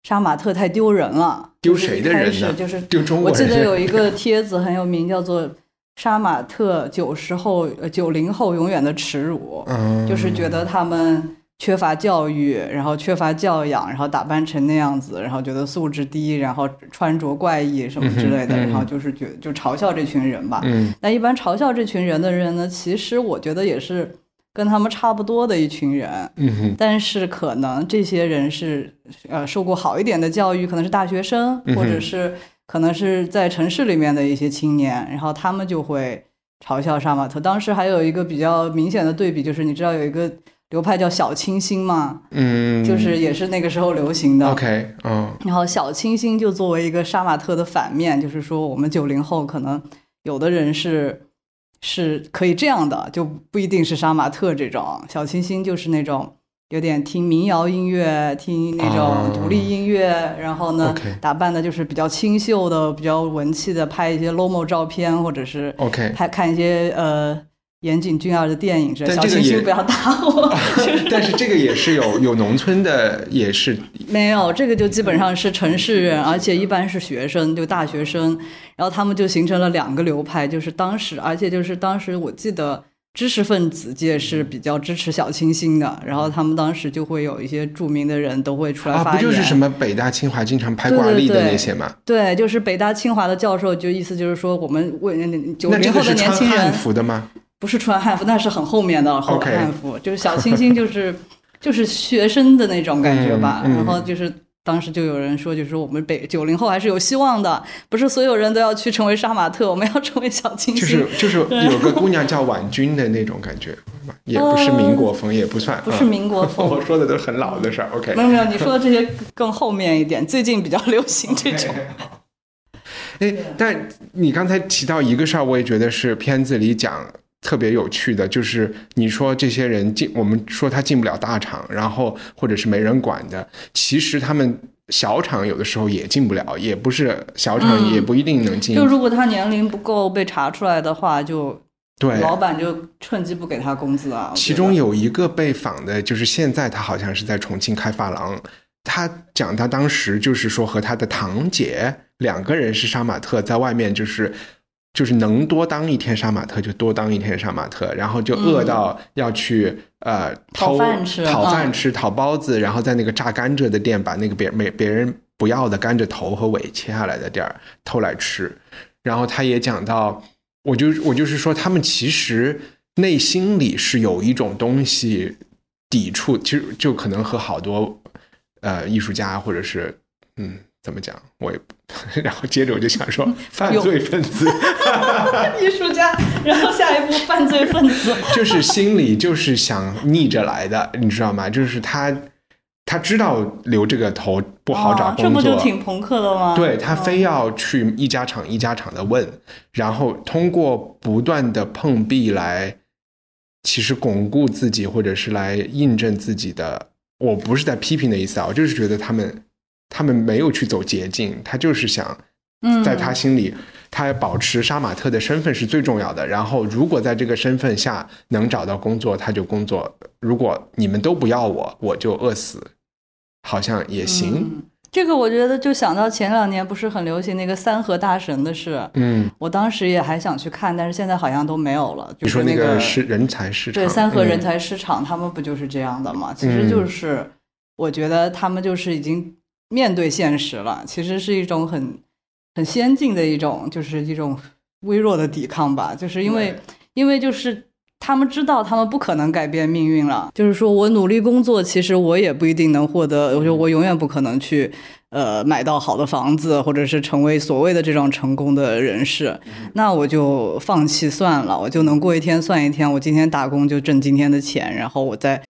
杀马特太丢人了。 丢谁的人呢？ 就是丢中国人。 我记得有一个帖子很有名，叫做杀马特九十后九零后永远的耻辱、嗯、就是觉得他们缺乏教育，然后缺乏教养，然后打扮成那样子，然后觉得素质低，然后穿着怪异什么之类的、嗯、然后就是觉得就嘲笑这群人吧。嗯，但一般嘲笑这群人的人呢，其实我觉得也是跟他们差不多的一群人。嗯，但是可能这些人是呃受过好一点的教育，可能是大学生，或者是可能是在城市里面的一些青年，然后他们就会嘲笑杀马特。当时还有一个比较明显的对比，就是你知道有一个流派叫小清新嘛，嗯，就是也是那个时候流行的。 OK， 嗯， 然后小清新就作为一个杀马特的反面，就是说我们九零后可能有的人是是可以这样的，就不一定是杀马特这种。小清新就是那种有点听民谣音乐，听那种独立音乐、哦、然后呢、okay. 打扮的就是比较清秀的，比较文气的，拍一些 lomo 照片，或者是拍看一些呃岩井俊二的电影之类。小清新不要打我但是这个也是有有农村的，也是没有，这个就基本上是城市人，而且一般是学生，就大学生，然后他们就形成了两个流派，就是当时而且就是当时我记得知识分子界是比较支持小清新的，然后他们当时就会有一些著名的人都会出来发言、啊、 不就是什么北大清华经常拍挂历的那些吗？ 对, 对, 对, 对，就是北大清华的教授，就意思就是说我们为九零后的年轻人，那这个是穿汉服的吗？ 不是穿汉服，那是很后面的后汉服、okay. 就是小清新就是就是学生的那种感觉吧、嗯嗯、然后就是当时就有人说，就是说我们北九零后还是有希望的，不是所有人都要去成为杀马特，我们要成为小清新。 就是就是有个姑娘叫婉君的那种感觉，也不是民国风，呃、也不算， 不是民国风。 我说的都很老的事儿。OK， 没有没有，你说的这些更后面一点，最近比较流行这种。 哎，但你刚才提到一个事儿，我也觉得是片子里讲特别有趣的，就是你说这些人进，我们说他进不了大厂，然后或者是没人管的，其实他们小厂有的时候也进不了，也不是小厂也不一定能进、 嗯、就如果他年龄不够被查出来的话，就对老板就趁机不给他工资啊。 其中有一个被访的，就是现在他好像是在重庆开发廊，他讲他当时就是说和他的堂姐两个人是杀马特，在外面就是就是能多当一天杀马特就多当一天杀马特，然后就饿到要去、嗯、呃偷讨饭吃讨饭吃、嗯、讨包子，然后在那个榨甘蔗的店把那个别别别人不要的甘蔗头和尾切下来的店偷来吃。然后他也讲到，我就我就是说他们其实内心里是有一种东西抵触，其实就可能和好多呃艺术家或者是嗯怎么讲我也然后接着我就想说犯罪分子艺术家，然后下一步犯罪分子就是心里就是想逆着来的，你知道吗？就是他他知道留这个头不好找工作、哦、这不就挺朋克的吗？ 对，他非要去一家厂一家厂的问，然后通过不断的碰壁来其实巩固自己，或者是来印证自己的。我不是在批评的意思啊，我就是觉得他们他们没有去走捷径，他就是想在他心里、嗯、他保持杀马特的身份是最重要的，然后如果在这个身份下能找到工作他就工作，如果你们都不要我我就饿死好像也行、 嗯、这个我觉得就想到前两年不是很流行那个三和大神的事，嗯，我当时也还想去看，但是现在好像都没有了。 你说那个是人才市场， 对，三和人才市场、嗯、他们不就是这样的吗？其实就是、嗯、我觉得他们就是已经面对现实了，其实是一种很很先进的一种，就是一种微弱的抵抗吧，就是因为因为就是他们知道他们不可能改变命运了，就是说我努力工作，其实我也不一定能获得，我说我永远不可能去呃买到好的房子，或者是成为所谓的这种成功的人士，那我就放弃算了，我就能过一天算一天，我今天打工就挣今天的钱，然后我再。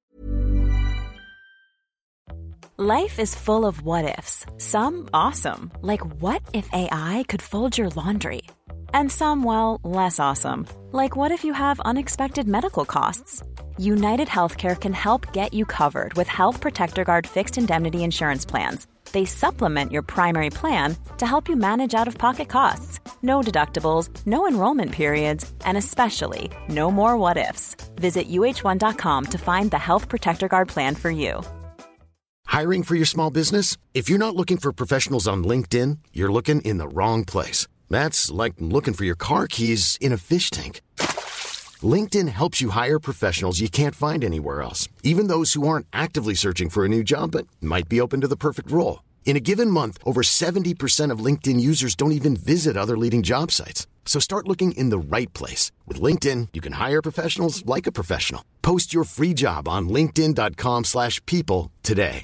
Life is full of what ifs. Some awesome, like what if A I could fold your laundry? And some, well, less awesome, like what if you have unexpected medical costs? United Healthcare can help get you covered with Health Protector Guard fixed indemnity insurance plans. They supplement your primary plan to help you manage out-of-pocket costs. No deductibles, no enrollment periods, and especially no more what ifs. Visit U H one dot com to find the Health Protector Guard plan for you. Hiring for your small business? If you're not looking for professionals on LinkedIn, you're looking in the wrong place. That's like looking for your car keys in a fish tank. LinkedIn helps you hire professionals you can't find anywhere else, even those who aren't actively searching for a new job but might be open to the perfect role. In a given month, over seventy percent of LinkedIn users don't even visit other leading job sites. So start looking in the right place. With LinkedIn, you can hire professionals like a professional. Post your free job on linkedin dot com slash people today.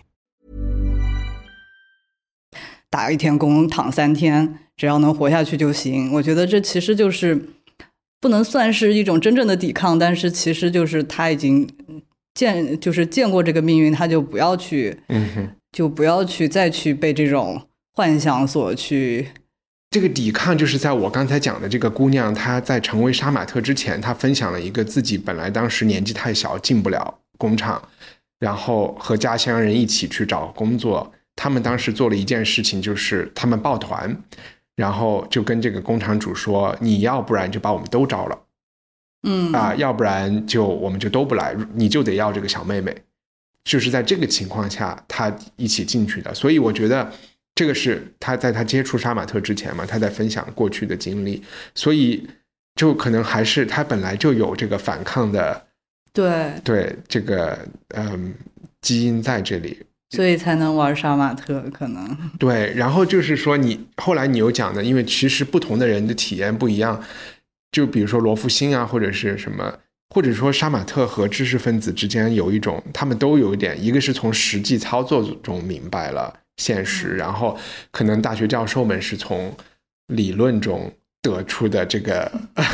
打一天工躺三天，只要能活下去就行。我觉得这其实就是不能算是一种真正的抵抗，但是其实就是他已经见就是见过这个命运，他就不要去，嗯哼，就不要去再去被这种幻想所去。 这个抵抗就是在我刚才讲的这个姑娘，她在成为杀马特之前，她分享了一个自己本来当时年纪太小进不了工厂，然后和家乡人一起去找工作。他们当时做了一件事情，就是他们抱团，然后就跟这个工厂主说，你要不然就把我们都招了，嗯啊、呃，要不然就我们就都不来，你就得要这个小妹妹。就是在这个情况下他一起进去的。所以我觉得这个是他在他接触杀马特之前嘛，他在分享过去的经历，所以就可能还是他本来就有这个反抗的对对这个嗯基因在这里， 所以才能玩杀马特可能。 对，然后就是说你后来你有讲的，因为其实不同的人的体验不一样，就比如说罗福星啊，或者是什么，或者说杀马特和知识分子之间有一种，他们都有一点，一个是从实际操作中明白了现实，然后可能大学教授们是从理论中得出的这个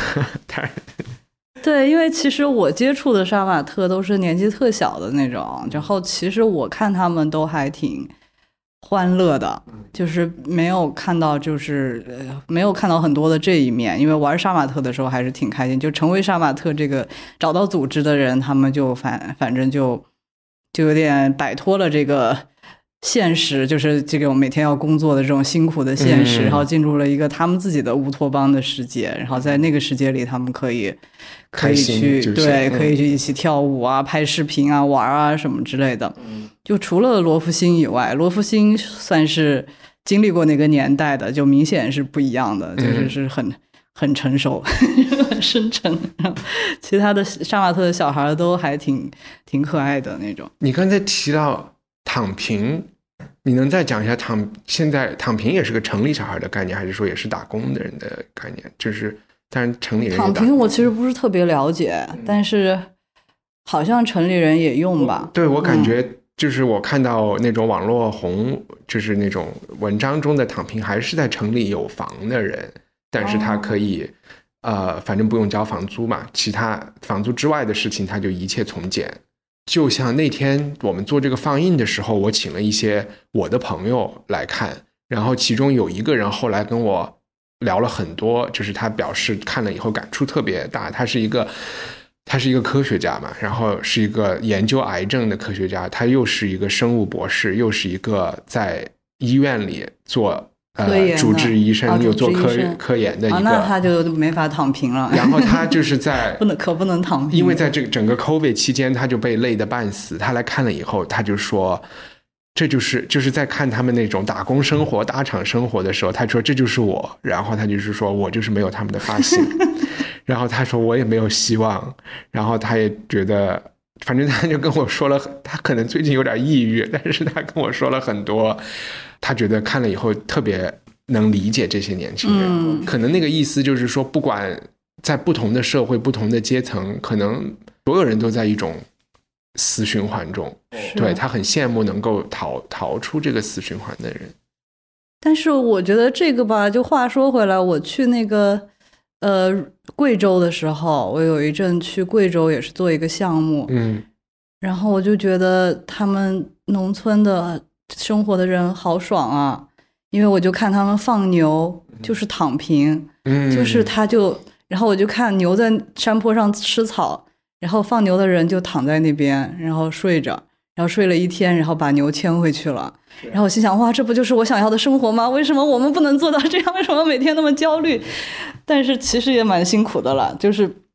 对，因为其实我接触的杀马特都是年纪特小的那种，然后其实我看他们都还挺欢乐的，就是没有看到就是呃没有看到很多的这一面，因为玩杀马特的时候还是挺开心，就成为杀马特这个找到组织的人，他们就反反正就就有点摆脱了这个现实，就是这种每天要工作的这种辛苦的现实、嗯、然后进入了一个他们自己的乌托邦的世界，然后在那个世界里他们可以可以去、就是、对、嗯、可以去一起跳舞啊拍视频啊玩啊什么之类的、嗯、就除了罗福星以外，罗福星算是经历过那个年代的，就明显是不一样的，就是是很很成熟很深沉，其他的杀马特的小孩都还挺挺可爱的那种。 你刚才提到躺平，你能再讲一下躺现在躺平也是个城里小孩的概念，还是说也是打工的人的概念？就是当然城里人躺平我其实不是特别了解、嗯、但是好像城里人也用吧。 对，我感觉就是我看到那种网络红就是那种文章中的躺平还是在城里有房的人，但是他可以、哦、呃，反正不用交房租嘛，其他房租之外的事情他就一切从简。就像那天我们做这个放映的时候，我请了一些我的朋友来看，然后其中有一个人后来跟我聊了很多，就是他表示看了以后感触特别大，他是一个他是一个科学家嘛，然后是一个研究癌症的科学家，他又是一个生物博士，又是一个在医院里做呃，主治医生、啊、又做科科研的一个、啊、 那他就没法躺平了。 然后他就是在不能可不能躺平， 因为在这个整个 COVID 期间他就被累得半死，他来看了以后他就说这就是就是在看他们那种打工生活大厂生活的时候，他说这就是我，然后他就是说我就是没有他们的发型然后他说我也没有希望，然后他也觉得反正他就跟我说了，他可能最近有点抑郁，但是他跟我说了很多他觉得看了以后特别能理解这些年轻人、嗯、可能那个意思就是说不管在不同的社会不同的阶层，可能所有人都在一种死循环中，对，他很羡慕能够逃逃出这个死循环的人。 但是我觉得这个吧，就话说回来，我去那个呃贵州的时候，我有一阵去贵州也是做一个项目，嗯，然后我就觉得他们农村的生活的人好爽啊，因为我就看他们放牛就是躺平、嗯、就是他就然后我就看牛在山坡上吃草，然后放牛的人就躺在那边然后睡着，然后睡了一天，然后把牛牵回去了，然后我心想哇，这不就是我想要的生活吗？为什么我们不能做到这样？为什么每天那么焦虑？但是其实也蛮辛苦的了，就是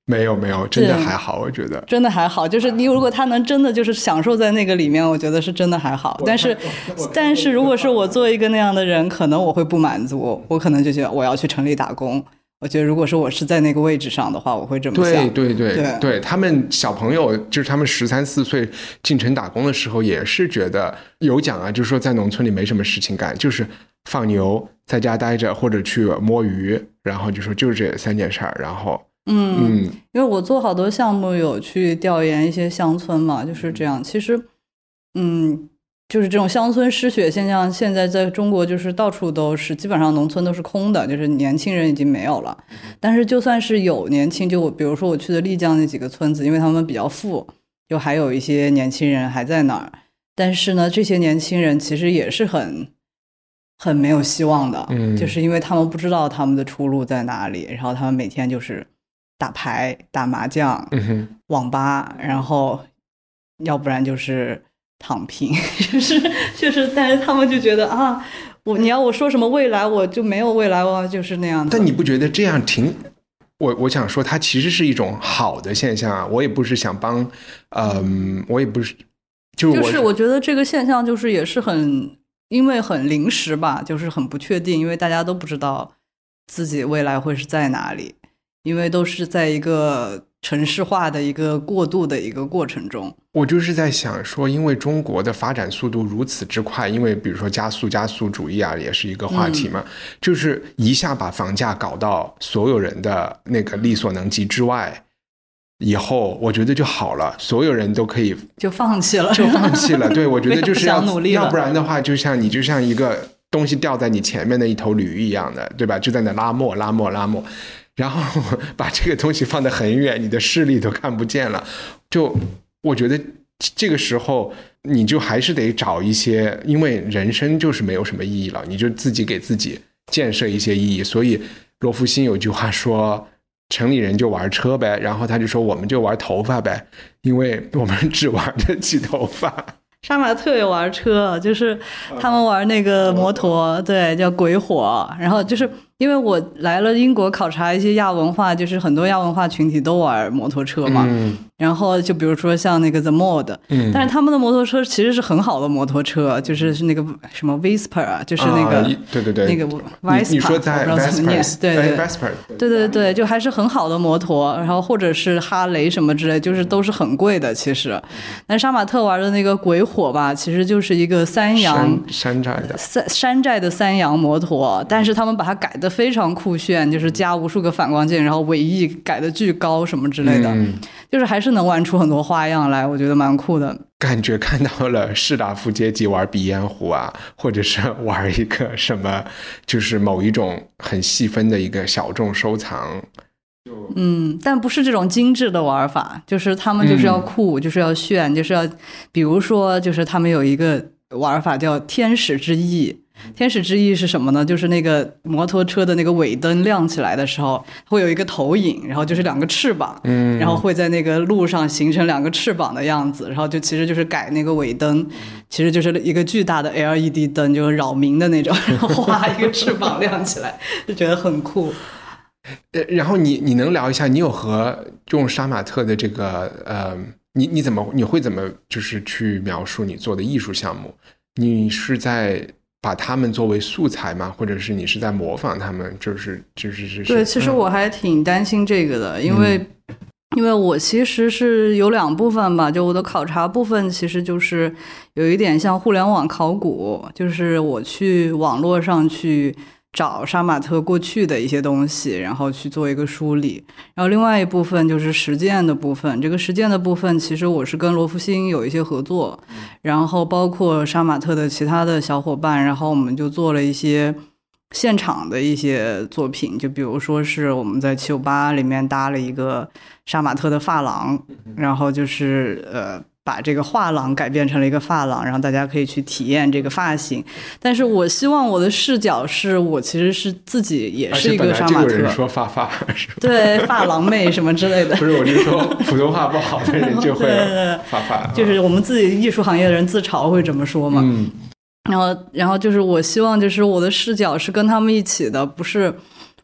没有没有，真的还好，我觉得真的还好。就是你如果他能真的就是享受在那个里面，我觉得是真的还好。但是，但是如果是我做一个那样的人，可能我会不满足，我可能就觉得我要去城里打工。我觉得如果说我是在那个位置上的话，我会这么想。 对对对对, 对，他们小朋友就是他们十三四岁进城打工的时候，也是觉得有讲啊，就是说在农村里没什么事情干，就是放牛，在家待着，或者去摸鱼，然后就说就这三件事儿，然后。嗯嗯， 因为我做好多项目有去调研一些乡村嘛，就是这样。其实，嗯，就是这种乡村失学现象，现在在中国就是到处都是，基本上农村都是空的，就是年轻人已经没有了。但是就算是有年轻，就我比如说我去的丽江那几个村子，因为他们比较富，就还有一些年轻人还在那儿。但是呢，这些年轻人其实也是很很没有希望的， 嗯， 就是因为他们不知道他们的出路在哪里，然后他们每天就是打牌、打麻将、 嗯、 网吧，然后要不然就是躺平，就是就是，但是他们就觉得啊，我你要我说什么未来，我就没有未来了，就是那样的。 但你不觉得这样挺？我我想说，它其实是一种好的现象啊。我也不是想帮，嗯、呃，我也不是，就是我就是我觉得这个现象就是也是很，因为很临时吧，就是很不确定，因为大家都不知道自己未来会是在哪里。因为都是在一个城市化的一个过渡的一个过程中。 我就是在想说，因为中国的发展速度如此之快，因为比如说加速加速主义啊，也是一个话题嘛、嗯、就是一下把房价搞到所有人的那个力所能及之外以后，我觉得就好了，所有人都可以就放弃了就放弃了对，我觉得就是要不努力了， 要不然的话就像你就像一个东西掉在你前面的一头驴一样的，对吧？就在那拉磨拉磨拉磨，然后把这个东西放得很远，你的视力都看不见了。就我觉得这个时候你就还是得找一些，因为人生就是没有什么意义了，你就自己给自己建设一些意义。所以罗福星有句话说，城里人就玩车呗，然后他就说我们就玩头发呗，因为我们只玩得起头发。 杀马特也玩车，就是他们玩那个摩托，对，叫鬼火。然后就是因为我来了英国考察一些亚文化，就是很多亚文化群体都玩摩托车嘛。嗯、然后就比如说像那个 The Mod，、嗯、但是他们的摩托车其实是很好的摩托车，就是那个什么 Vespa， 就是那个、啊、 对对对， 那个 Vespa， 你说在 Vespa， 对对 Vespa， 对对对，就还是很好的摩托，然后或者是哈雷什么之类，就是都是很贵的其实。但杀马特玩的那个鬼火吧，其实就是一个三阳山寨的山山寨的三阳摩托，但是他们把它改得非常酷炫，就是加无数个反光镜，然后尾翼改得巨高什么之类的、嗯、就是还是能玩出很多花样来，我觉得蛮酷的。 感觉看到了士大夫阶级玩鼻烟壶啊，或者是玩一个什么，就是某一种很细分的一个小众收藏。 嗯，但不是这种精致的玩法，就是他们就是要酷、嗯、就是要炫，就是要比如说就是他们有一个玩法叫天使之翼。天使之翼是什么呢？就是那个摩托车的那个尾灯亮起来的时候会有一个投影，然后就是两个翅膀、嗯、然后会在那个路上形成两个翅膀的样子，然后就其实就是改那个尾灯，其实就是一个巨大的 L E D 灯，就是扰民的那种，然后画一个翅膀亮起来就觉得很酷。 呃，然后你你能聊一下，你有和用杀马特的这个呃，你你怎么你会怎么就是去描述你做的艺术项目？你是在把他们作为素材吗？或者是你是在模仿他们？就是就是是。 对，其实我还挺担心这个的，因为、嗯、因为我其实是有两部分吧，就我的考察部分其实就是有一点像互联网考古，就是我去网络上去找杀马特过去的一些东西，然后去做一个梳理。然后另外一部分就是实践的部分，这个实践的部分其实我是跟罗福星有一些合作，然后包括杀马特的其他的小伙伴，然后我们就做了一些现场的一些作品，就比如说是我们在七九八里面搭了一个杀马特的发廊，然后就是呃把这个画廊改变成了一个发廊，然后大家可以去体验这个发型。但是我希望我的视角是我其实是自己也是一个杀马特。而且本来就有人说发发是吧？ 对，发廊妹什么之类的。 不是，我就说普通话不好的人就会发发。 就是我们自己艺术行业的人自嘲会这么说嘛。嗯。然后，然后就是我希望就是我的视角是跟他们一起的，不是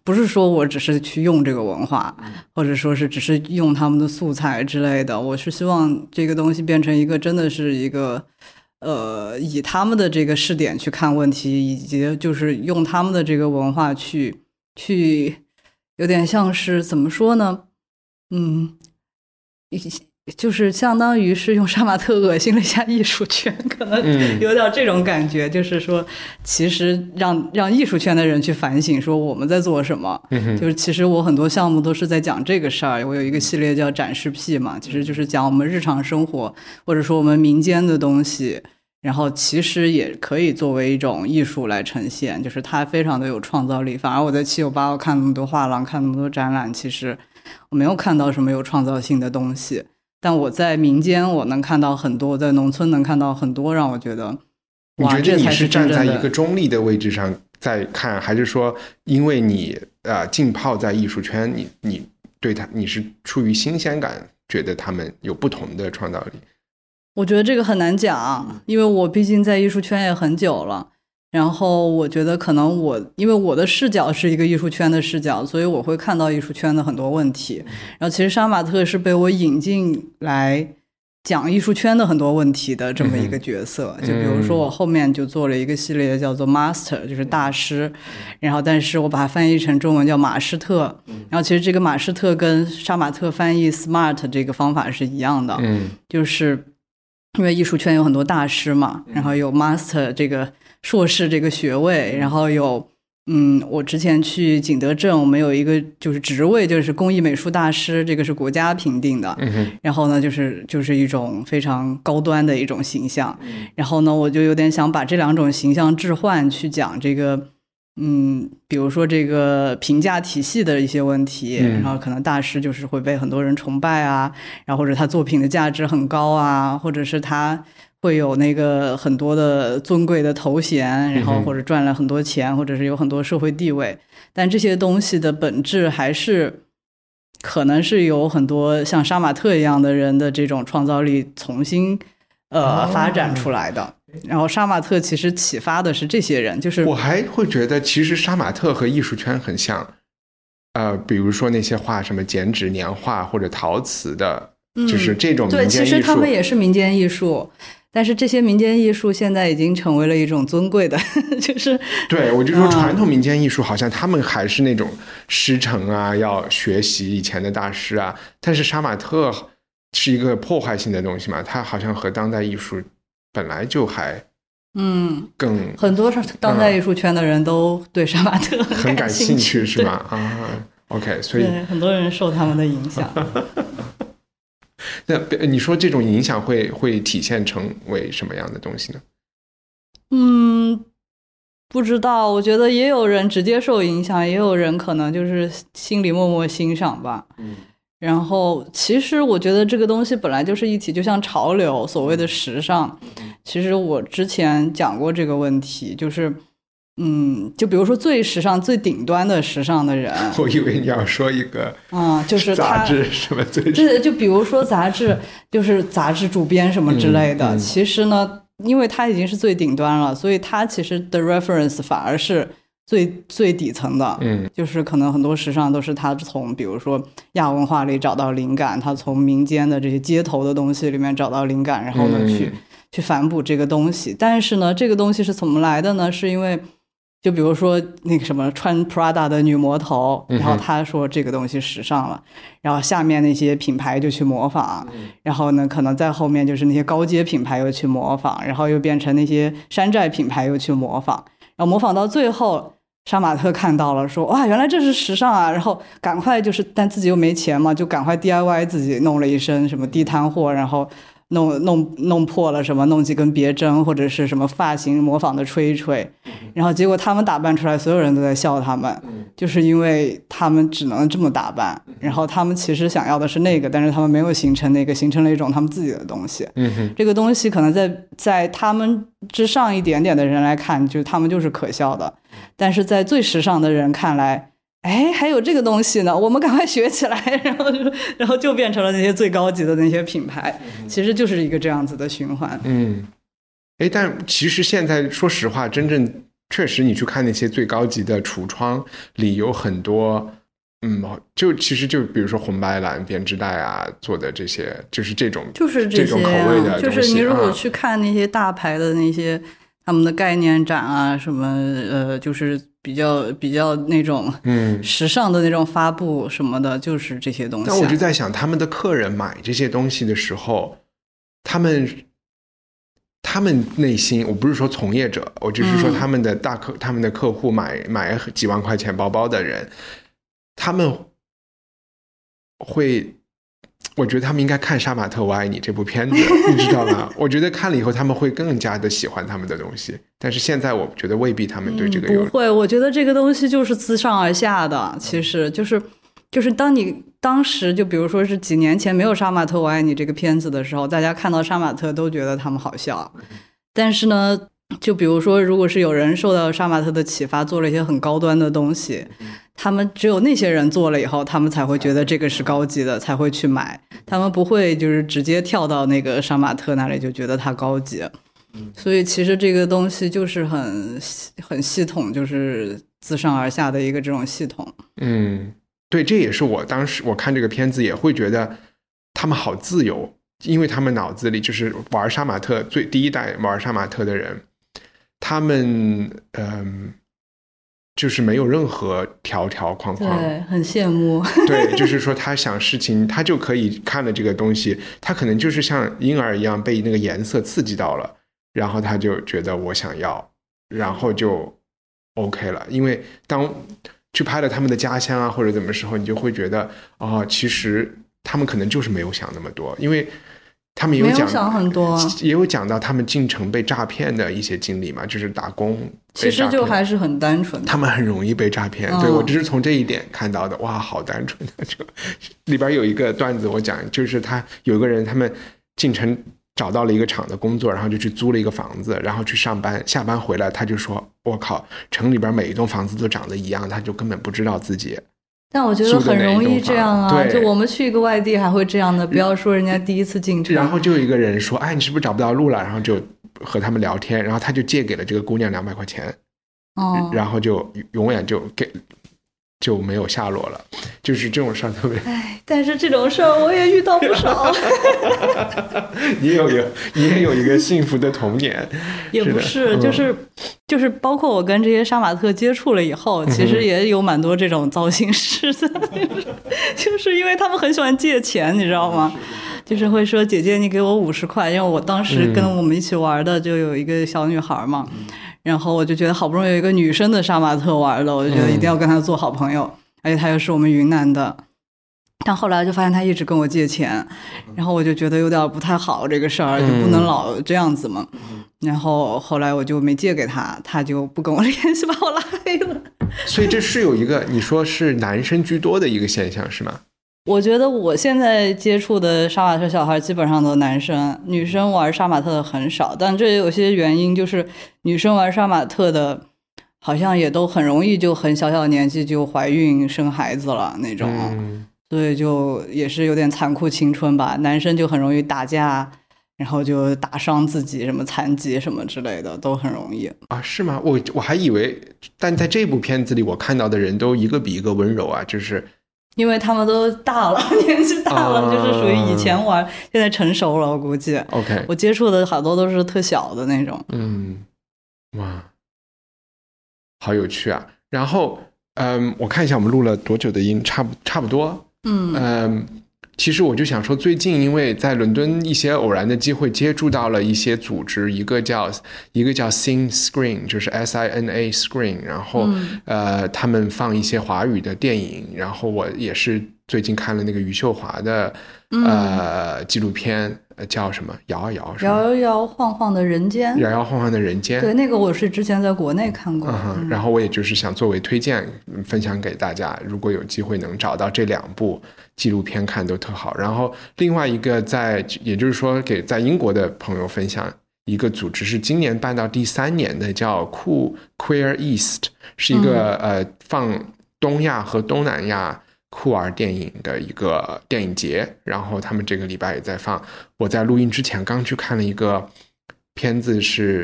不是说我只是去用这个文化，或者说是只是用他们的素材之类的，我是希望这个东西变成一个真的是一个呃，以他们的这个视点去看问题，以及就是用他们的这个文化去去有点像是怎么说呢，嗯，就是相当于是用杀马特恶心了一下艺术圈，可能有点这种感觉、嗯、就是说其实让让艺术圈的人去反省说我们在做什么、嗯、就是其实我很多项目都是在讲这个事儿，我有一个系列叫展示癖嘛，其实就是讲我们日常生活或者说我们民间的东西，然后其实也可以作为一种艺术来呈现，就是它非常的有创造力。反而我在七九八我看那么多画廊，看那么多展览，其实我没有看到什么有创造性的东西，但我在民间我能看到很多，在农村能看到很多，让我觉得哇， 你觉得你是站在一个这才是真正的中立的位置上在看，还是说因为你呃浸泡在艺术圈，你你对他你是出于新鲜感觉得他们有不同的创造力？ 我觉得这个很难讲，因为我毕竟在艺术圈也很久了，然后我觉得可能我因为我的视角是一个艺术圈的视角，所以我会看到艺术圈的很多问题，然后其实杀马特是被我引进来讲艺术圈的很多问题的这么一个角色、嗯、就比如说我后面就做了一个系列叫做 Master， 就是大师，然后但是我把它翻译成中文叫马施特，然后其实这个马施特跟杀马特翻译 Smart 这个方法是一样的，嗯，就是因为艺术圈有很多大师嘛，然后有 Master 这个硕士这个学位，然后有嗯，我之前去景德镇，我们有一个就是职位，就是工艺美术大师，这个是国家评定的。嗯、然后呢，就是就是一种非常高端的一种形象。嗯、然后呢，我就有点想把这两种形象置换，去讲这个，嗯，比如说这个评价体系的一些问题。嗯、然后可能大师就是会被很多人崇拜啊，然后或者他作品的价值很高啊，或者是他会有那个很多的尊贵的头衔，然后或者赚了很多钱，或者是有很多社会地位，但这些东西的本质还是可能是有很多像杀马特一样的人的这种创造力重新呃发展出来的。然后杀马特其实启发的是这些人，就是我还会觉得其实杀马特和艺术圈很像，呃，比如说那些画什么剪纸年画或者陶瓷的，嗯、就是这种民间艺术。 对，其实他们也是民间艺术。但是这些民间艺术现在已经成为了一种尊贵的就是对，我就说传统民间艺术好像他们还是那种师承啊，要学习以前的大师啊，但是杀马特是一个破坏性的东西嘛，它好像和当代艺术本来就还嗯更很多当代艺术圈的人都对杀马特很感兴趣是吗？啊 OK， 所以很多人受他们的影响那你说这种影响会会体现成为什么样的东西呢？ 嗯，不知道，我觉得也有人直接受影响，也有人可能就是心里默默欣赏吧。嗯，然后其实我觉得这个东西本来就是一体，就像潮流，所谓的时尚。其实我之前讲过这个问题，就是嗯，就比如说最时尚、最顶端的时尚的人， 我以为你要说一个， 嗯，就是杂志什么最， 对，就比如说杂志，就是杂志主编什么之类的。嗯嗯、其实呢，因为他已经是最顶端了，所以他其实的 reference 反而是最最底层的。嗯，就是可能很多时尚都是他从比如说亚文化里找到灵感，他从民间的这些街头的东西里面找到灵感，然后呢、嗯、去去反哺这个东西。但是呢，这个东西是怎么来的呢？是因为就比如说那个什么穿 Prada 的女魔头，然后她说这个东西时尚了，然后下面那些品牌就去模仿，然后呢可能在后面就是那些高阶品牌又去模仿，然后又变成那些山寨品牌又去模仿，然后模仿到最后杀马特看到了说哇原来这是时尚啊，然后赶快就是但自己又没钱嘛，就赶快 D I Y 自己弄了一身什么地摊货，然后弄弄弄破了什么，弄几根别针或者是什么发型模仿的吹一吹，然后结果他们打扮出来，所有人都在笑他们，就是因为他们只能这么打扮，然后他们其实想要的是那个，但是他们没有形成那个，形成了一种他们自己的东西。嗯，这个东西可能在在他们之上一点点的人来看，就他们就是可笑的，但是在最时尚的人看来，哎，还有这个东西呢，我们赶快学起来，然后就然后就变成了那些最高级的那些品牌，其实就是一个这样子的循环。 嗯，哎，但其实现在说实话，真正确实你去看那些最高级的橱窗里有很多嗯，就其实就比如说红白蓝编织袋啊做的这些，就是这种就是这些、啊、 这种口味的东西。 就是你如果去看那些大牌的那些、啊、他们的概念展啊什么呃，就是比较比较那种嗯时尚的那种发布什么的，就是这些东西、啊。 但我就在想，他们的客人买这些东西的时候，他们他们内心，我不是说从业者，我只是说他们的大客、嗯、他们的客户买买几万块钱包包的人。他们会，我觉得他们应该看《杀马特我爱你》这部片子，你知道吗？我觉得看了以后他们会更加的喜欢他们的东西，但是现在我觉得未必他们对这个有、 嗯、不会。我觉得这个东西就是自上而下的，其实就是就是当你当时就比如说是几年前没有《杀马特我爱你》这个片子的时候，大家看到杀马特都觉得他们好笑，但是呢就比如说如果是有人受到杀马特的启发做了一些很高端的东西，他们只有那些人做了以后，他们才会觉得这个是高级的，才会去买，他们不会就是直接跳到那个杀马特那里就觉得它高级。所以其实这个东西就是很很系统，就是自上而下的一个这种系统。 嗯，对，这也是我当时我看这个片子也会觉得他们好自由，因为他们脑子里就是玩杀马特最第一代玩杀马特的人，他们嗯。就是没有任何条条框框， 对，很羡慕。 对，就是说他想事情，他就可以看了这个东西，他可能就是像婴儿一样被那个颜色刺激到了，然后他就觉得我想要，然后就 OK 了。因为当去拍了他们的家乡啊或者怎么时候，你就会觉得哦，其实他们可能就是没有想那么多，因为他们也有讲没有想很多， 也有讲到他们进城被诈骗的一些经历嘛，就是打工其实就还是很单纯的， 他们很容易被诈骗、嗯、对，我只是从这一点看到的。哇，好单纯的。就里边有一个段子我讲，就是他有一个人他们进城找到了一个厂的工作，然后就去租了一个房子，然后去上班，下班回来他就说我靠，城里边每一栋房子都长得一样，他就根本不知道自己。 但我觉得很容易这样啊，就我们去一个外地还会这样的，不要说人家第一次进城。 然后就有一个人说，哎，你是不是找不到路了？然后就和他们聊天，然后他就借给了这个姑娘两百块钱， 哦， 然后就永远就给就没有下落了。就是这种事儿特别。 哎，但是这种事儿我也遇到不少。 你也有一个，你也有一个幸福的童年。 也不是， 是就是就是包括我跟这些杀马特接触了以后，其实也有蛮多这种糟心事的。就是就是因为他们很喜欢借钱，你知道吗？就是会说姐姐你给我五十块，因为我当时跟我们一起玩的就有一个小女孩嘛。嗯，然后我就觉得好不容易有一个女生的杀马特玩了，我就觉得一定要跟她做好朋友，嗯，而且她又是我们云南的。但后来就发现她一直跟我借钱，然后我就觉得有点不太好，这个事儿就不能老这样子嘛。嗯，然后后来我就没借给她，她就不跟我联系，把我拉黑了。 所以这是有一个你说是男生居多的一个现象是吗？ 我觉得我现在接触的杀马特小孩基本上都男生，女生玩杀马特的很少，但这也有些原因，就是女生玩杀马特的好像也都很容易就很小小年纪就怀孕生孩子了那种，嗯，所以就也是有点残酷青春吧。男生就很容易打架，然后就打伤自己，什么残疾什么之类的都很容易啊？是吗？我我还以为，但在这部片子里我看到的人都一个比一个温柔啊，就是因为他们都大了，年纪大了，啊，就是属于以前玩，现在成熟了。我估计 ，OK， 我接触的好多都是特小的那种。 嗯，哇，好有趣啊！然后，嗯，我看一下我们录了多久的音，差不差不多。嗯嗯，其实我就想说，最近因为在伦敦一些偶然的机会接触到了一些组织，一个叫一个叫 Sing Screen， 就是 S I N A Screen， 然后，嗯，呃，他们放一些华语的电影，然后我也是最近看了那个余秀华的呃纪录片，叫什么摇摇摇摇晃晃的人间， 摇摇晃晃的人间。 对，那个我是之前在国内看过， 嗯嗯，然后我也就是想作为推荐分享给大家，如果有机会能找到这两部纪录片看都特好。然后另外一个在也就是说给在英国的朋友分享一个组织，是今年办到第三年的，叫酷 Queer East， 是一个，嗯，呃放东亚和东南亚酷儿电影的一个电影节，然后他们这个礼拜也在放。我在录音之前刚去看了一个片子，是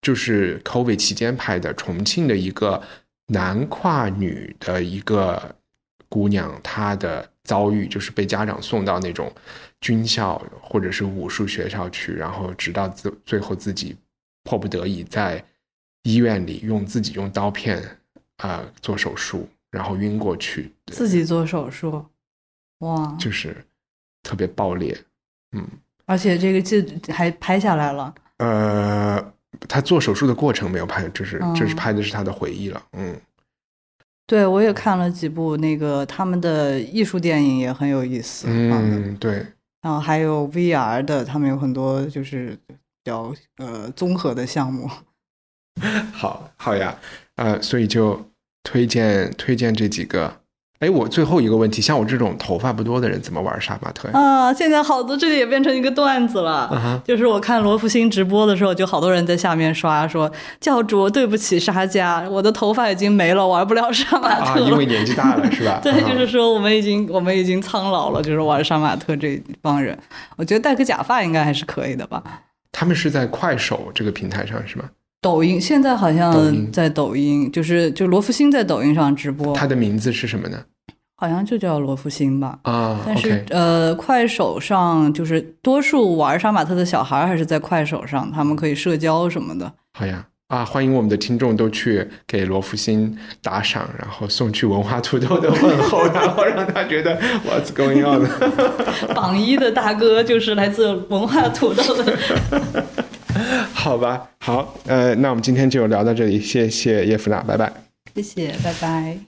就是 COVID 期间拍的，重庆的一个男跨女的一个姑娘，她的遭遇就是被家长送到那种军校或者是武术学校去，然后直到自最后自己迫不得已在医院里用自己用刀片啊、呃、做手术，然后晕过去， 自己做手术，哇， 就是特别爆裂，嗯， 而且这个记还拍下来了。 呃，他做手术的过程没有拍，就是这、嗯、是拍的是他的回忆了，嗯。 对，我也看了几部那个他们的艺术电影，也很有意思。 嗯，对。 然后还有 V R 的，他们有很多就是比较呃综合的项目。 好，好呀，呃，所以就推荐推荐这几个。哎，我最后一个问题，像我这种头发不多的人怎么玩杀马特呀？ 啊，现在好多这个也变成一个段子了。Uh-huh. 就是我看罗福星直播的时候，就好多人在下面刷说：“教主，对不起沙家，我的头发已经没了，玩不了杀马特了。” 啊，因为年纪大了是吧？ 对，就是说我们已经我们已经苍老了，就是玩杀马特这帮人。我觉得戴个假发应该还是可以的吧？ 他们是在快手这个平台上是吗？ 抖音现在好像在抖音，就是就罗福星在抖音上直播。 他的名字是什么呢？ 好像就叫罗福星吧。 啊， 但是、 okay. 呃，快手上就是多数玩杀马特的小孩还是在快手上，他们可以社交什么的。 好呀，啊，欢迎我们的听众都去给罗福星打赏，然后送去文化土豆的问候，然后让他觉得 what's going on。 榜一的大哥就是来自文化土豆的。 好吧，好，呃，那我们今天就聊到这里，谢谢叶芙娜，拜拜。 谢谢，拜拜。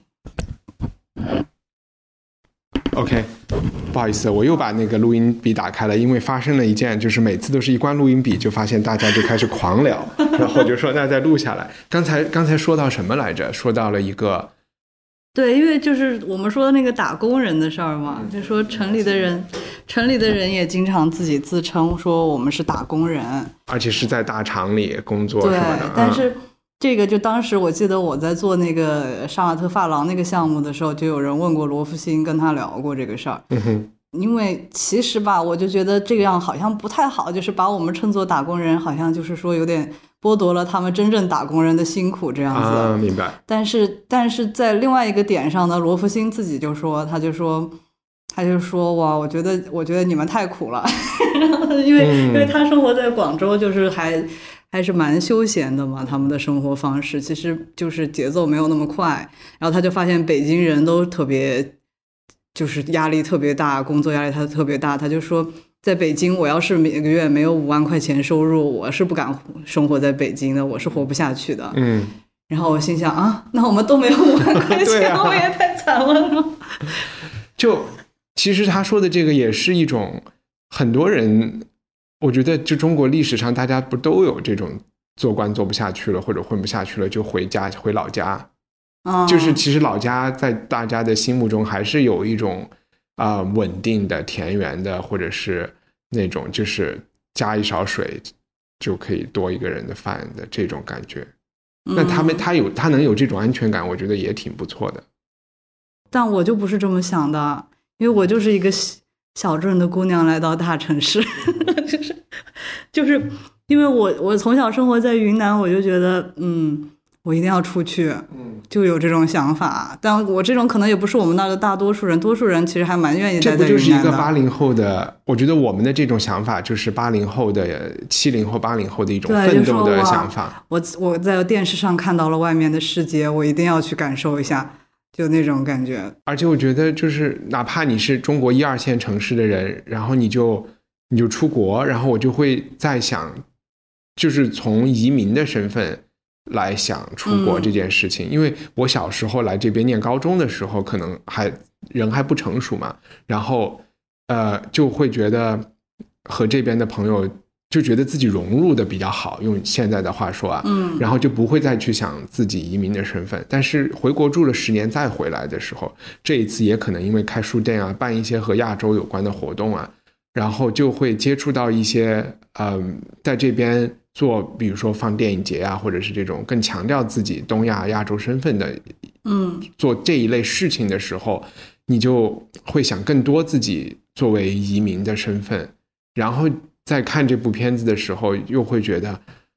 OK， 不好意思，我又把那个录音笔打开了，因为发生了一件，就是每次都是一关录音笔，就发现大家就开始狂聊，然后我就说那再录下来。刚才刚才说到什么来着？说到了一个， 对，因为就是我们说的那个打工人的事儿嘛，就说城里的人，城里的人也经常自己自称说我们是打工人， 而且是在大厂里工作什么的。 对，但是。这个就当时我记得我在做那个杀马特发廊那个项目的时候，就有人问过罗福星，跟他聊过这个事儿。 嗯哼， 因为其实吧，我就觉得这样好像不太好，就是把我们称作打工人，好像就是说有点剥夺了他们真正打工人的辛苦这样子。 啊，明白。 但是但是在另外一个点上呢，罗福星自己就说，他就说。他就说哇，我觉得我觉得你们太苦了，然后因为、嗯、因为他生活在广州，就是还还是蛮休闲的嘛，他们的生活方式其实就是节奏没有那么快，然后他就发现北京人都特别就是压力特别大，工作压力他特别大，他就说在北京我要是每个月没有五万块钱收入，我是不敢生活在北京的，我是活不下去的。 嗯， 然后我心想啊，那我们都没有五万块钱、啊、我们也太惨了吗？ 就其实他说的这个也是一种很多人，我觉得就中国历史上大家不都有这种做官做不下去了或者混不下去了就回家回老家、 哦、 就是其实老家在大家的心目中还是有一种啊、呃、稳定的田园的，或者是那种就是加一勺水就可以多一个人的饭的这种感觉。那他们他有他能有这种安全感，我觉得也挺不错的。 但我就不是这么想的，因为我就是一个小镇的姑娘来到大城市，就是就是因为我我从小生活在云南，我就觉得嗯，我一定要出去，就有这种想法。但我这种可能也不是我们那儿的大多数人，多数人其实还蛮愿意待在云南的。 这不就是一个八零后的，我觉得我们的这种想法就是八零后的、七零后、八零后的一种奋斗的想法。 我我在电视上看到了外面的世界，我一定要去感受一下。就那种感觉。 而且我觉得就是哪怕你是中国一二线城市的人，然后你就你就出国，然后我就会在想，就是从移民的身份来想出国这件事情、嗯、因为我小时候来这边念高中的时候可能还人还不成熟嘛，然后呃就会觉得和这边的朋友就觉得自己融入的比较好，用现在的话说啊， 嗯， 然后就不会再去想自己移民的身份。但是回国住了十年再回来的时候，这一次也可能因为开书店啊，办一些和亚洲有关的活动啊，然后就会接触到一些嗯、呃，在这边做比如说放电影节啊，或者是这种更强调自己东亚亚洲身份的， 嗯， 做这一类事情的时候，你就会想更多自己作为移民的身份，然后在看这部片子的时候又会觉得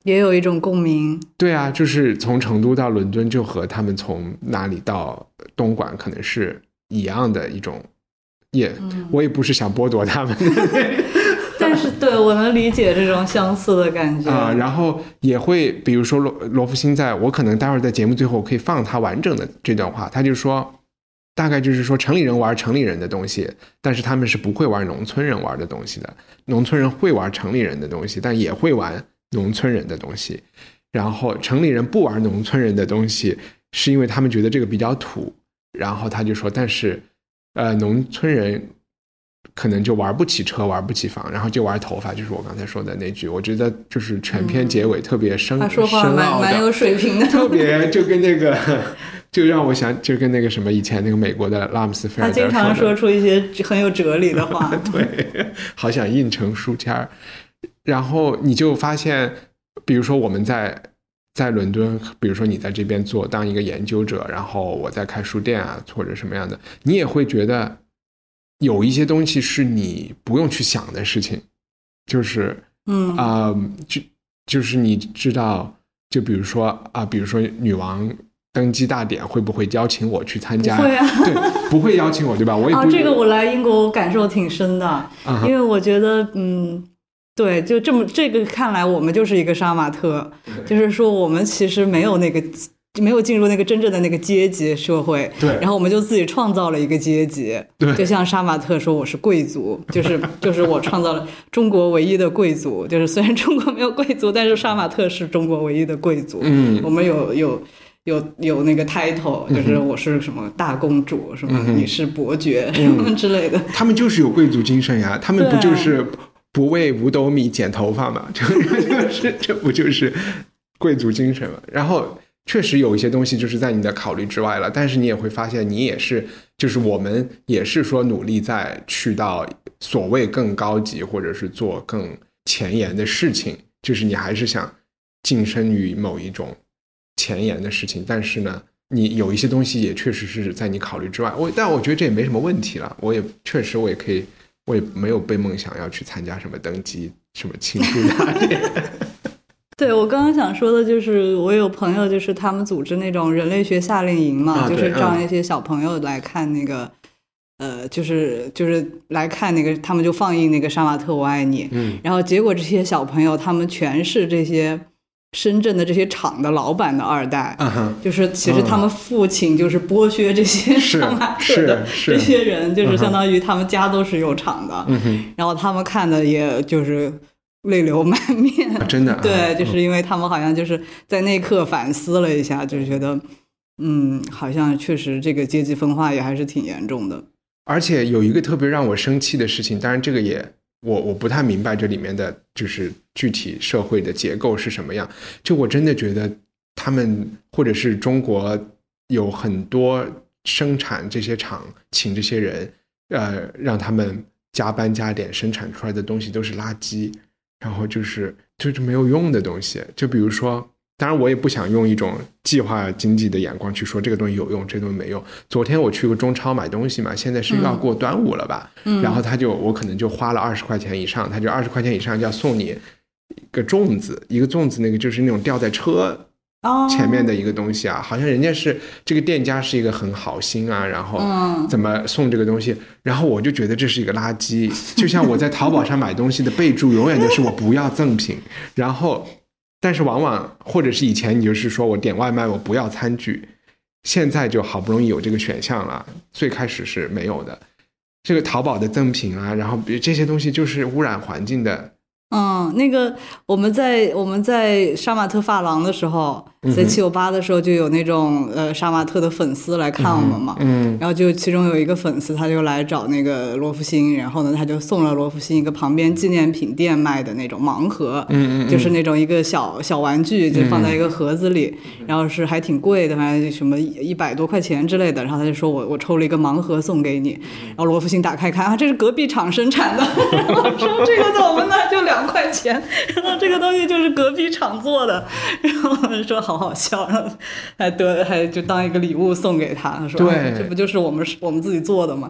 也有一种共鸣。 对啊，就是从成都到伦敦就和他们从哪里到东莞可能是一样的一种，也、嗯、我也不是想剥夺他们的但是对我能理解这种相似的感觉啊、呃，然后也会比如说罗罗福星在我可能待会儿在节目最后我可以放他完整的这段话，他就说大概就是说城里人玩城里人的东西，但是他们是不会玩农村人玩的东西的，农村人会玩城里人的东西，但也会玩农村人的东西，然后城里人不玩农村人的东西是因为他们觉得这个比较土，然后他就说但是呃，农村人可能就玩不起车玩不起房，然后就玩头发，就是我刚才说的那句，我觉得就是全篇结尾特别深、嗯、 他说话蛮蛮有水平的， 特别就跟那个就让我想就跟那个什么以前那个美国的拉姆斯菲尔德， 他经常说出一些很有哲理的话对，好想印成书签。然后你就发现比如说我们在在伦敦，比如说你在这边做当一个研究者，然后我在开书店啊或者什么样的，你也会觉得有一些东西是你不用去想的事情，就是嗯啊、呃，就就是你知道，就比如说啊、呃，比如说女王登基大典会不会邀请我去参加？ 不会啊， 对，不会邀请我，对吧？我也不、 啊、这个我来英国我感受挺深的，嗯、因为我觉得嗯。对，就这么这个看来我们就是一个杀马特，就是说我们其实没有那个没有进入那个真正的那个阶级社会， 对， 然后我们就自己创造了一个阶级， 对， 就像杀马特说我是贵族，就是就是我创造了中国唯一的贵族，就是虽然中国没有贵族，但是杀马特是中国唯一的贵族，嗯，我们有有有有那个 title， 就是我是什么大公主，嗯、什么你是伯爵、嗯、什么之类的， 他们就是有贵族精神呀，他们不就是不为五斗米剪头发嘛，就是这不就是贵族精神嘛？然后确实有一些东西就是在你的考虑之外了，但是你也会发现你也是就是我们也是说努力在去到所谓更高级或者是做更前沿的事情，就是你还是想晋升于某一种前沿的事情，但是呢你有一些东西也确实是在你考虑之外，我但我觉得这也没什么问题了，我也确实我也可以，我也没有被梦想要去参加什么登基什么庆祝大典对，我刚刚想说的就是我有朋友就是他们组织那种人类学夏令营嘛、啊、就是让一些小朋友来看那个、嗯、呃，就是就是来看那个他们就放映那个杀马特我爱你、嗯、然后结果这些小朋友他们全是这些深圳的这些厂的老板的二代、嗯、就是其实他们父亲就是剥削这些杀马特的这些人，就是相当于他们家都是有厂的、嗯、然后他们看的也就是泪流满面、 啊、真的对，就是因为他们好像就是在那一刻反思了一下，就是觉得嗯，好像确实这个阶级分化也还是挺严重的。 而且有一个特别让我生气的事情，当然这个也我我不太明白这里面的就是具体社会的结构是什么样，就我真的觉得他们或者是中国有很多生产这些厂请这些人呃，让他们加班加点生产出来的东西都是垃圾，然后就是就是没有用的东西。就比如说当然我也不想用一种计划经济的眼光去说这个东西有用这个东西没用。昨天我去过中超买东西嘛，现在是要过端午了吧、嗯、然后他就我可能就花了二十块钱以上，他就二十块钱以上就要送你一个粽子，一个粽子那个就是那种吊在车前面的一个东西啊、哦、好像人家是这个店家是一个很好心啊，然后怎么送这个东西、嗯、然后我就觉得这是一个垃圾。就像我在淘宝上买东西的备注永远都是我不要赠品，然后但是往往或者是以前你就是说我点外卖我不要餐具，现在就好不容易有这个选项了，最开始是没有的。这个淘宝的赠品啊，然后这些东西就是污染环境的。 嗯，那个我们在我们在杀马特发廊的时候，在七九八的时候就有那种呃杀马特的粉丝来看我们嘛，嗯，然后就其中有一个粉丝他就来找那个罗福星，然后呢他就送了罗福星一个旁边纪念品店卖的那种盲盒，嗯嗯，就是那种一个小小玩具就放在一个盒子里，嗯、然后是还挺贵的，反正什么一百多块钱之类的，然后他就说我我抽了一个盲盒送给你，然后罗福星打开看啊，这是隔壁厂生产的，然后说这个怎么呢？就两块钱，然后这个东西就是隔壁厂做的，然后说好好笑，然后还得还就当一个礼物送给他，说对、 啊、这不就是我们我们自己做的吗？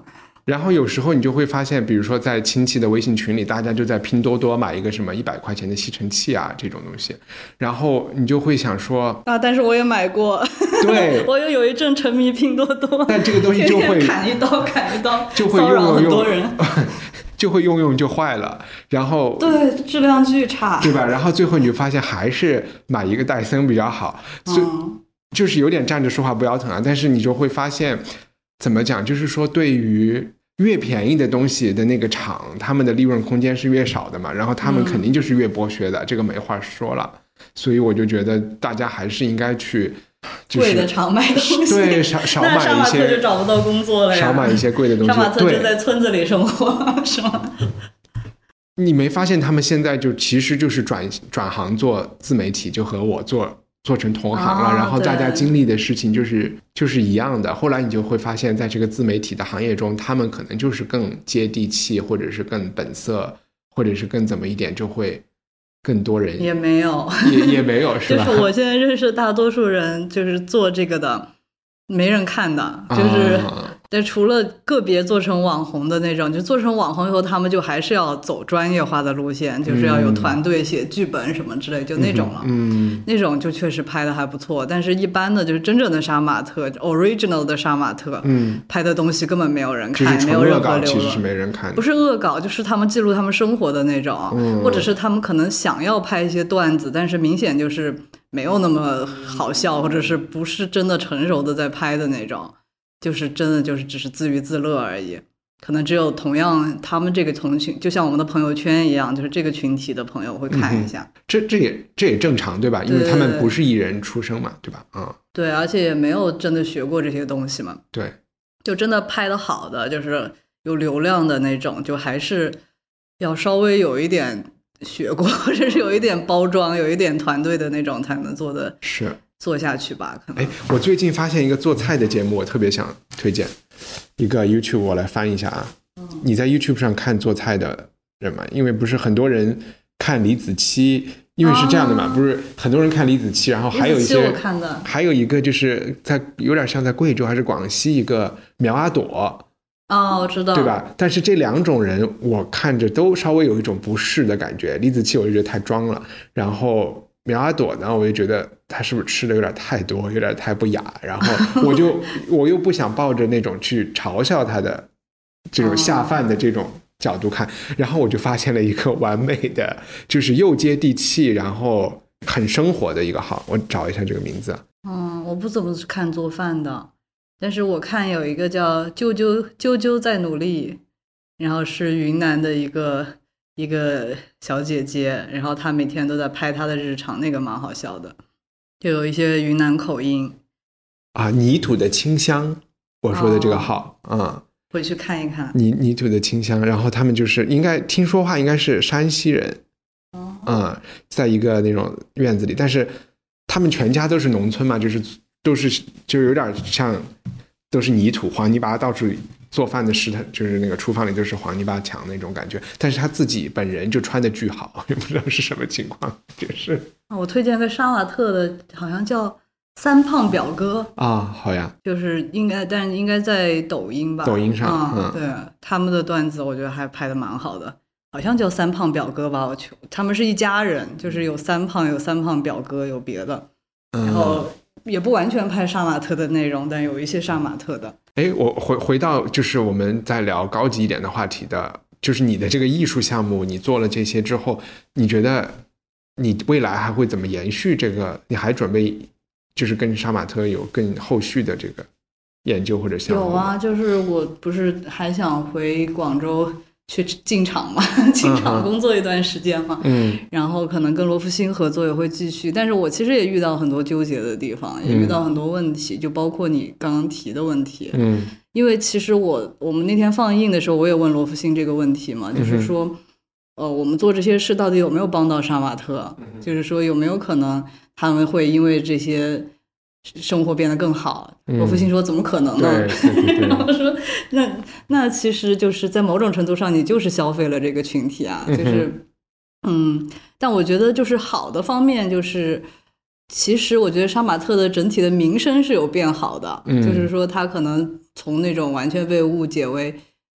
然后有时候你就会发现，比如说在亲戚的微信群里，大家就在拼多多买一个什么一百块钱的吸尘器啊这种东西，然后你就会想说啊，但是我也买过， 对， 我也有一阵沉迷拼多多， 但这个东西就会砍一刀砍一刀， 就会用用很多人就会用用就坏了，然后对质量巨差， 对吧？然后最后你就发现还是买一个戴森比较好，所以、嗯、就是有点站着说话不腰疼啊。但是你就会发现。怎么讲？就是说，对于越便宜的东西的那个厂，他们的利润空间是越少的嘛，然后他们肯定就是越剥削的，嗯、这个没话说了。所以我就觉得大家还是应该去、就是、 贵的厂买东西， 对，少少买一些，那杀马特就找不到工作了呀。 少买一些贵的东西， 杀马特就在村子里生活，是吗？ 你没发现他们现在就其实就是转转行做自媒体，就和我做。做成同行了、哦、然后大家经历的事情就是就是一样的。后来你就会发现在这个自媒体的行业中，他们可能就是更接地气，或者是更本色，或者是更怎么一点，就会更多人也没有也也没有是吧？ 就是我现在认识大多数人就是做这个的没人看的，就是但、啊、除了个别做成网红的那种，就做成网红以后他们就还是要走专业化的路线，就是要有团队写剧本什么之类，就那种了。 嗯， 那种就确实拍的还不错，但是一般的就是真正的杀马特 original 的杀马特， 嗯， 拍的东西根本没有人看， 就是没有任何流其实是没人看的， 不是恶搞，就是他们记录他们生活的那种、 嗯、 或者是他们可能想要拍一些段子，但是明显就是没有那么好笑，或者是不是真的成熟的在拍的那种，就是真的就是只是自娱自乐而已。可能只有同样他们这个同群，就像我们的朋友圈一样，就是这个群体的朋友会看一下。 嗯、这这也这也正常对吧？因为他们不是艺人出身嘛，对吧？嗯， 对，而且也没有真的学过这些东西嘛。 对， 就真的拍得好的，就是有流量的那种，就还是要稍微有一点学过，或者是有一点包装，有一点团队的那种才能做的是做下去吧。可能哎，我最近发现一个做菜的节目，我特别想推荐一个 YouTube， 我来翻一下啊。嗯、你在 YouTube 上看做菜的人吗？因为不是很多人看李子柒，因为是这样的嘛，啊、不是很多人看李子柒，然后还有一些我看的， 还有一个就是在有点像在贵州还是广西一个苗阿朵。 哦，我知道， 对吧？但是这两种人我看着都稍微有一种不适的感觉。李子柒我就觉得太装了，然后苗阿朵呢，我就觉得他是不是吃的有点太多，有点太不雅，然后我就我又不想抱着那种去嘲笑他的这种下饭的这种角度看，然后我就发现了一个完美的，就是又接地气，然后很生活的一个号，我找一下这个名字。 嗯，我不怎么看做饭的。但是我看有一个叫啾啾啾啾在努力，然后是云南的一个一个小姐姐，然后她每天都在拍她的日常，那个蛮好笑的，就有一些云南口音啊。泥土的清香，我说的这个号啊、哦嗯， 回去看一看。 泥泥土的清香，然后他们就是应该听说话应该是山西人， 哦， 嗯，在一个那种院子里，但是他们全家都是农村嘛，就是都是就有点像。都是泥土黄泥巴，到处做饭的食堂就是那个厨房里都是黄泥巴墙那种感觉，但是他自己本人就穿的巨好，也不知道是什么情况，就是我推荐个杀马特的，好像叫三胖表哥啊，好呀， 就是应该，但是应该在抖音吧， 抖音上， 嗯，对，他们的段子我觉得还拍的蛮好的，好像叫三胖表哥吧，我去，他们是一家人，就是有三胖，有三胖表哥，有别的，然后。嗯也不完全拍杀马特的内容，但有一些杀马特的。 哎，我回回到就是我们在聊高级一点的话题的，就是你的这个艺术项目，你做了这些之后，你觉得你未来还会怎么延续这个？你还准备就是跟杀马特有更后续的这个研究或者项目？ 有啊，就是我不是还想回广州去进厂嘛，进厂工作一段时间嘛， 嗯， 然后可能跟罗福星合作也会继续，但是我其实也遇到很多纠结的地方，也遇到很多问题，嗯、就包括你刚刚提的问题， 嗯， 因为其实我我们那天放映的时候，我也问罗福星这个问题嘛，就是说， 嗯、 呃，我们做这些事到底有没有帮到杀马特？ 嗯、 就是说有没有可能他们会因为这些。生活变得更好，罗福星说怎么可能呢？然后说那那其实就是在某种程度上你就是消费了这个群体啊，就是嗯，但我觉得就是好的方面就是其实我觉得杀马特的整体的名声是有变好的， 嗯、 就是说他可能从那种完全被误解为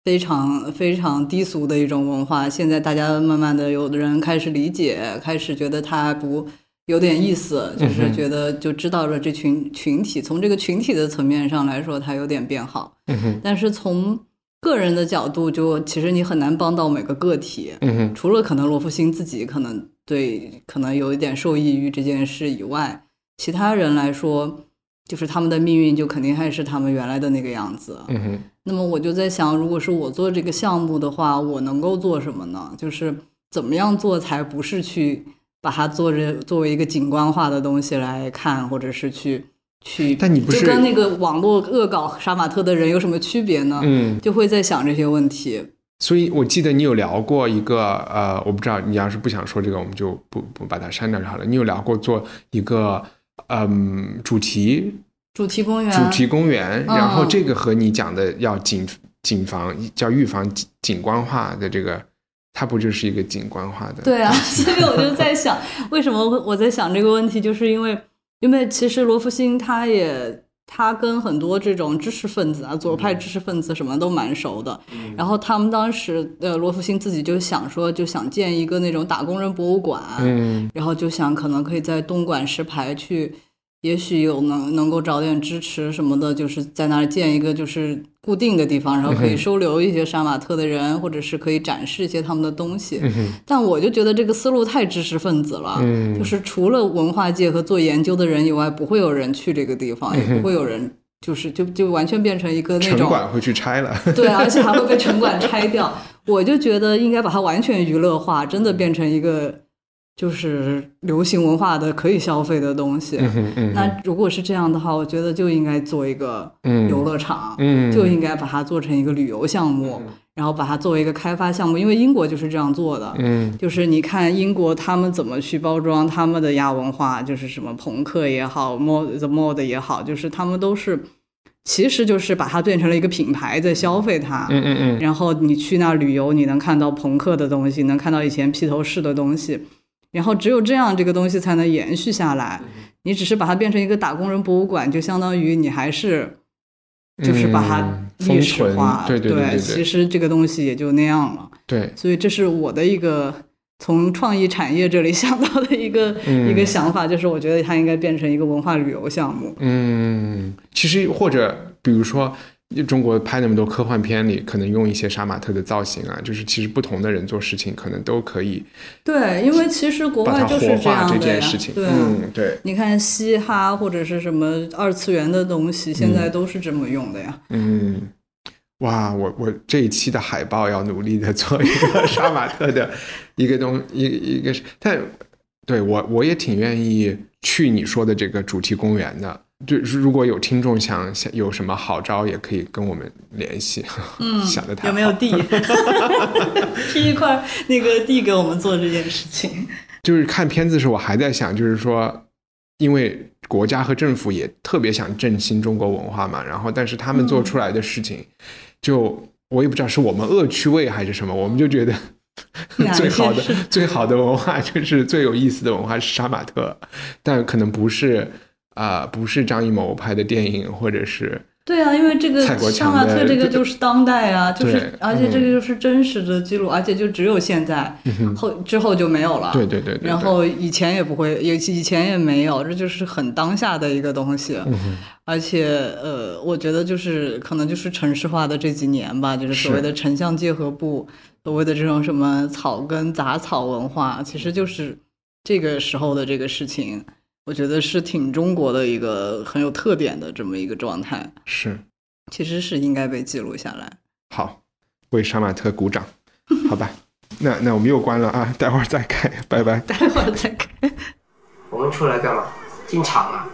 非常非常低俗的一种文化，现在大家慢慢的有的人开始理解，开始觉得它不有点意思，就是觉得就知道了这群群体，从这个群体的层面上来说它有点变好， 嗯、 但是从个人的角度就其实你很难帮到每个个体， 嗯、 除了可能罗福星自己可能对可能有一点受益于这件事以外，其他人来说就是他们的命运就肯定还是他们原来的那个样子。 嗯哼， 那么我就在想，如果是我做这个项目的话，我能够做什么呢？就是怎么样做才不是去把它做着作为一个景观化的东西来看，或者是去去， 但你不是就跟那个网络恶搞杀马特的人有什么区别呢？ 嗯， 就会在想这些问题。 所以我记得你有聊过一个呃，我不知道你要是不想说这个，我们就不不把它删掉就好了。你有聊过做一个嗯主题主题公园， 主题公园， 嗯、 然后这个和你讲的要景景防叫预防景观化的这个，它不就是一个景观化的？ 对啊，所以我就在想，为什么我在想这个问题，就是因为因为其实罗福星他也他跟很多这种知识分子啊，左派知识分子什么都蛮熟的。嗯、然后他们当时呃罗福星自己就想说，就想建一个那种打工人博物馆， 嗯， 然后就想可能可以在东莞石牌去。也许有能能够找点支持什么的，就是在那儿建一个就是固定的地方，然后可以收留一些杀马特的人，嗯、或者是可以展示一些他们的东西。嗯、但我就觉得这个思路太知识分子了，嗯、就是除了文化界和做研究的人以外，不会有人去这个地方，嗯、也不会有人就是就就完全变成一个那种城管会去拆了， 对，而且还会被城管拆掉。我就觉得应该把它完全娱乐化，真的变成一个。就是流行文化的可以消费的东西， 嗯哼嗯哼， 那如果是这样的话，我觉得就应该做一个游乐场， 嗯、 就应该把它做成一个旅游项目，嗯、然后把它作为一个开发项目，因为英国就是这样做的， 嗯， 就是你看英国他们怎么去包装他们的亚文化，就是什么朋克也好 mod the mod 也好，就是他们都是其实就是把它变成了一个品牌在消费它， 嗯嗯嗯， 然后你去那旅游，你能看到朋克的东西，能看到以前披头士的东西，然后只有这样这个东西才能延续下来。你只是把它变成一个打工人博物馆，就相当于你还是就是把它历史化， 嗯、对对 对, 对, 对, 对， 其实这个东西也就那样了。 对， 所以这是我的一个从创意产业这里想到的一个、嗯、一个想法，就是我觉得它应该变成一个文化旅游项目。 嗯，其实或者比如说中国拍那么多科幻片里，可能用一些杀马特的造型啊，就是其实不同的人做事情可能都可以。 对，因为其实国外就是这样的呀。 这件事情， 对、 嗯，对。 你看嘻哈或者是什么二次元的东西，现在都是这么用的呀。 嗯，哇，我我这一期的海报要努力的做一个杀马特的一个东一一个，但对我我也挺愿意去你说的这个主题公园的。就是如果有听众想想有什么好招，也可以跟我们联系。 嗯， 想得太好， 有没有地批一块那个地给我们做这件事情？ 就是看片子的时候，我还在想，就是说，因为国家和政府也特别想振兴中国文化嘛，然后但是他们做出来的事情，嗯、就我也不知道是我们恶趣味还是什么，我们就觉得。最好的最好的文化就是最有意思的文化是杀马特，但可能不是啊、呃，不是张艺谋拍的电影，或者是对啊，因为这个杀马特这个就是当代啊，就是而且这个就是真实的记录，嗯、而且就只有现在，嗯、后之后就没有了。 对对 对, 对, 对， 然后以前也不会，以以前也没有，这就是很当下的一个东西。嗯、而且呃，我觉得就是可能就是城市化的这几年吧，就是所谓的城乡结合部。所谓的这种什么草根杂草文化，其实就是这个时候的这个事情，我觉得是挺中国的一个很有特点的这么一个状态。 是， 其实是应该被记录下来。 好，为杀马特鼓掌，好吧？那那我们又关了啊，待会儿再开，拜拜。 待会儿再开。 我们出来干嘛？进场啊？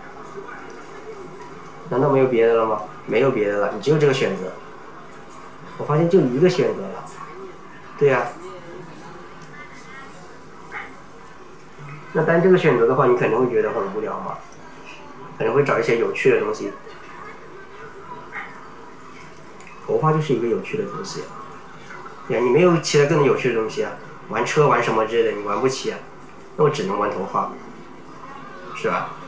难道没有别的了吗？没有别的了，你只有这个选择。我发现就一个选择了。对呀、啊，那单这个选择的话，你肯定会觉得很无聊嘛，可能会找一些有趣的东西。头发就是一个有趣的东西，对呀、啊，你没有其他更有趣的东西啊，玩车玩什么之类的你玩不起啊，那我只能玩头发，是吧？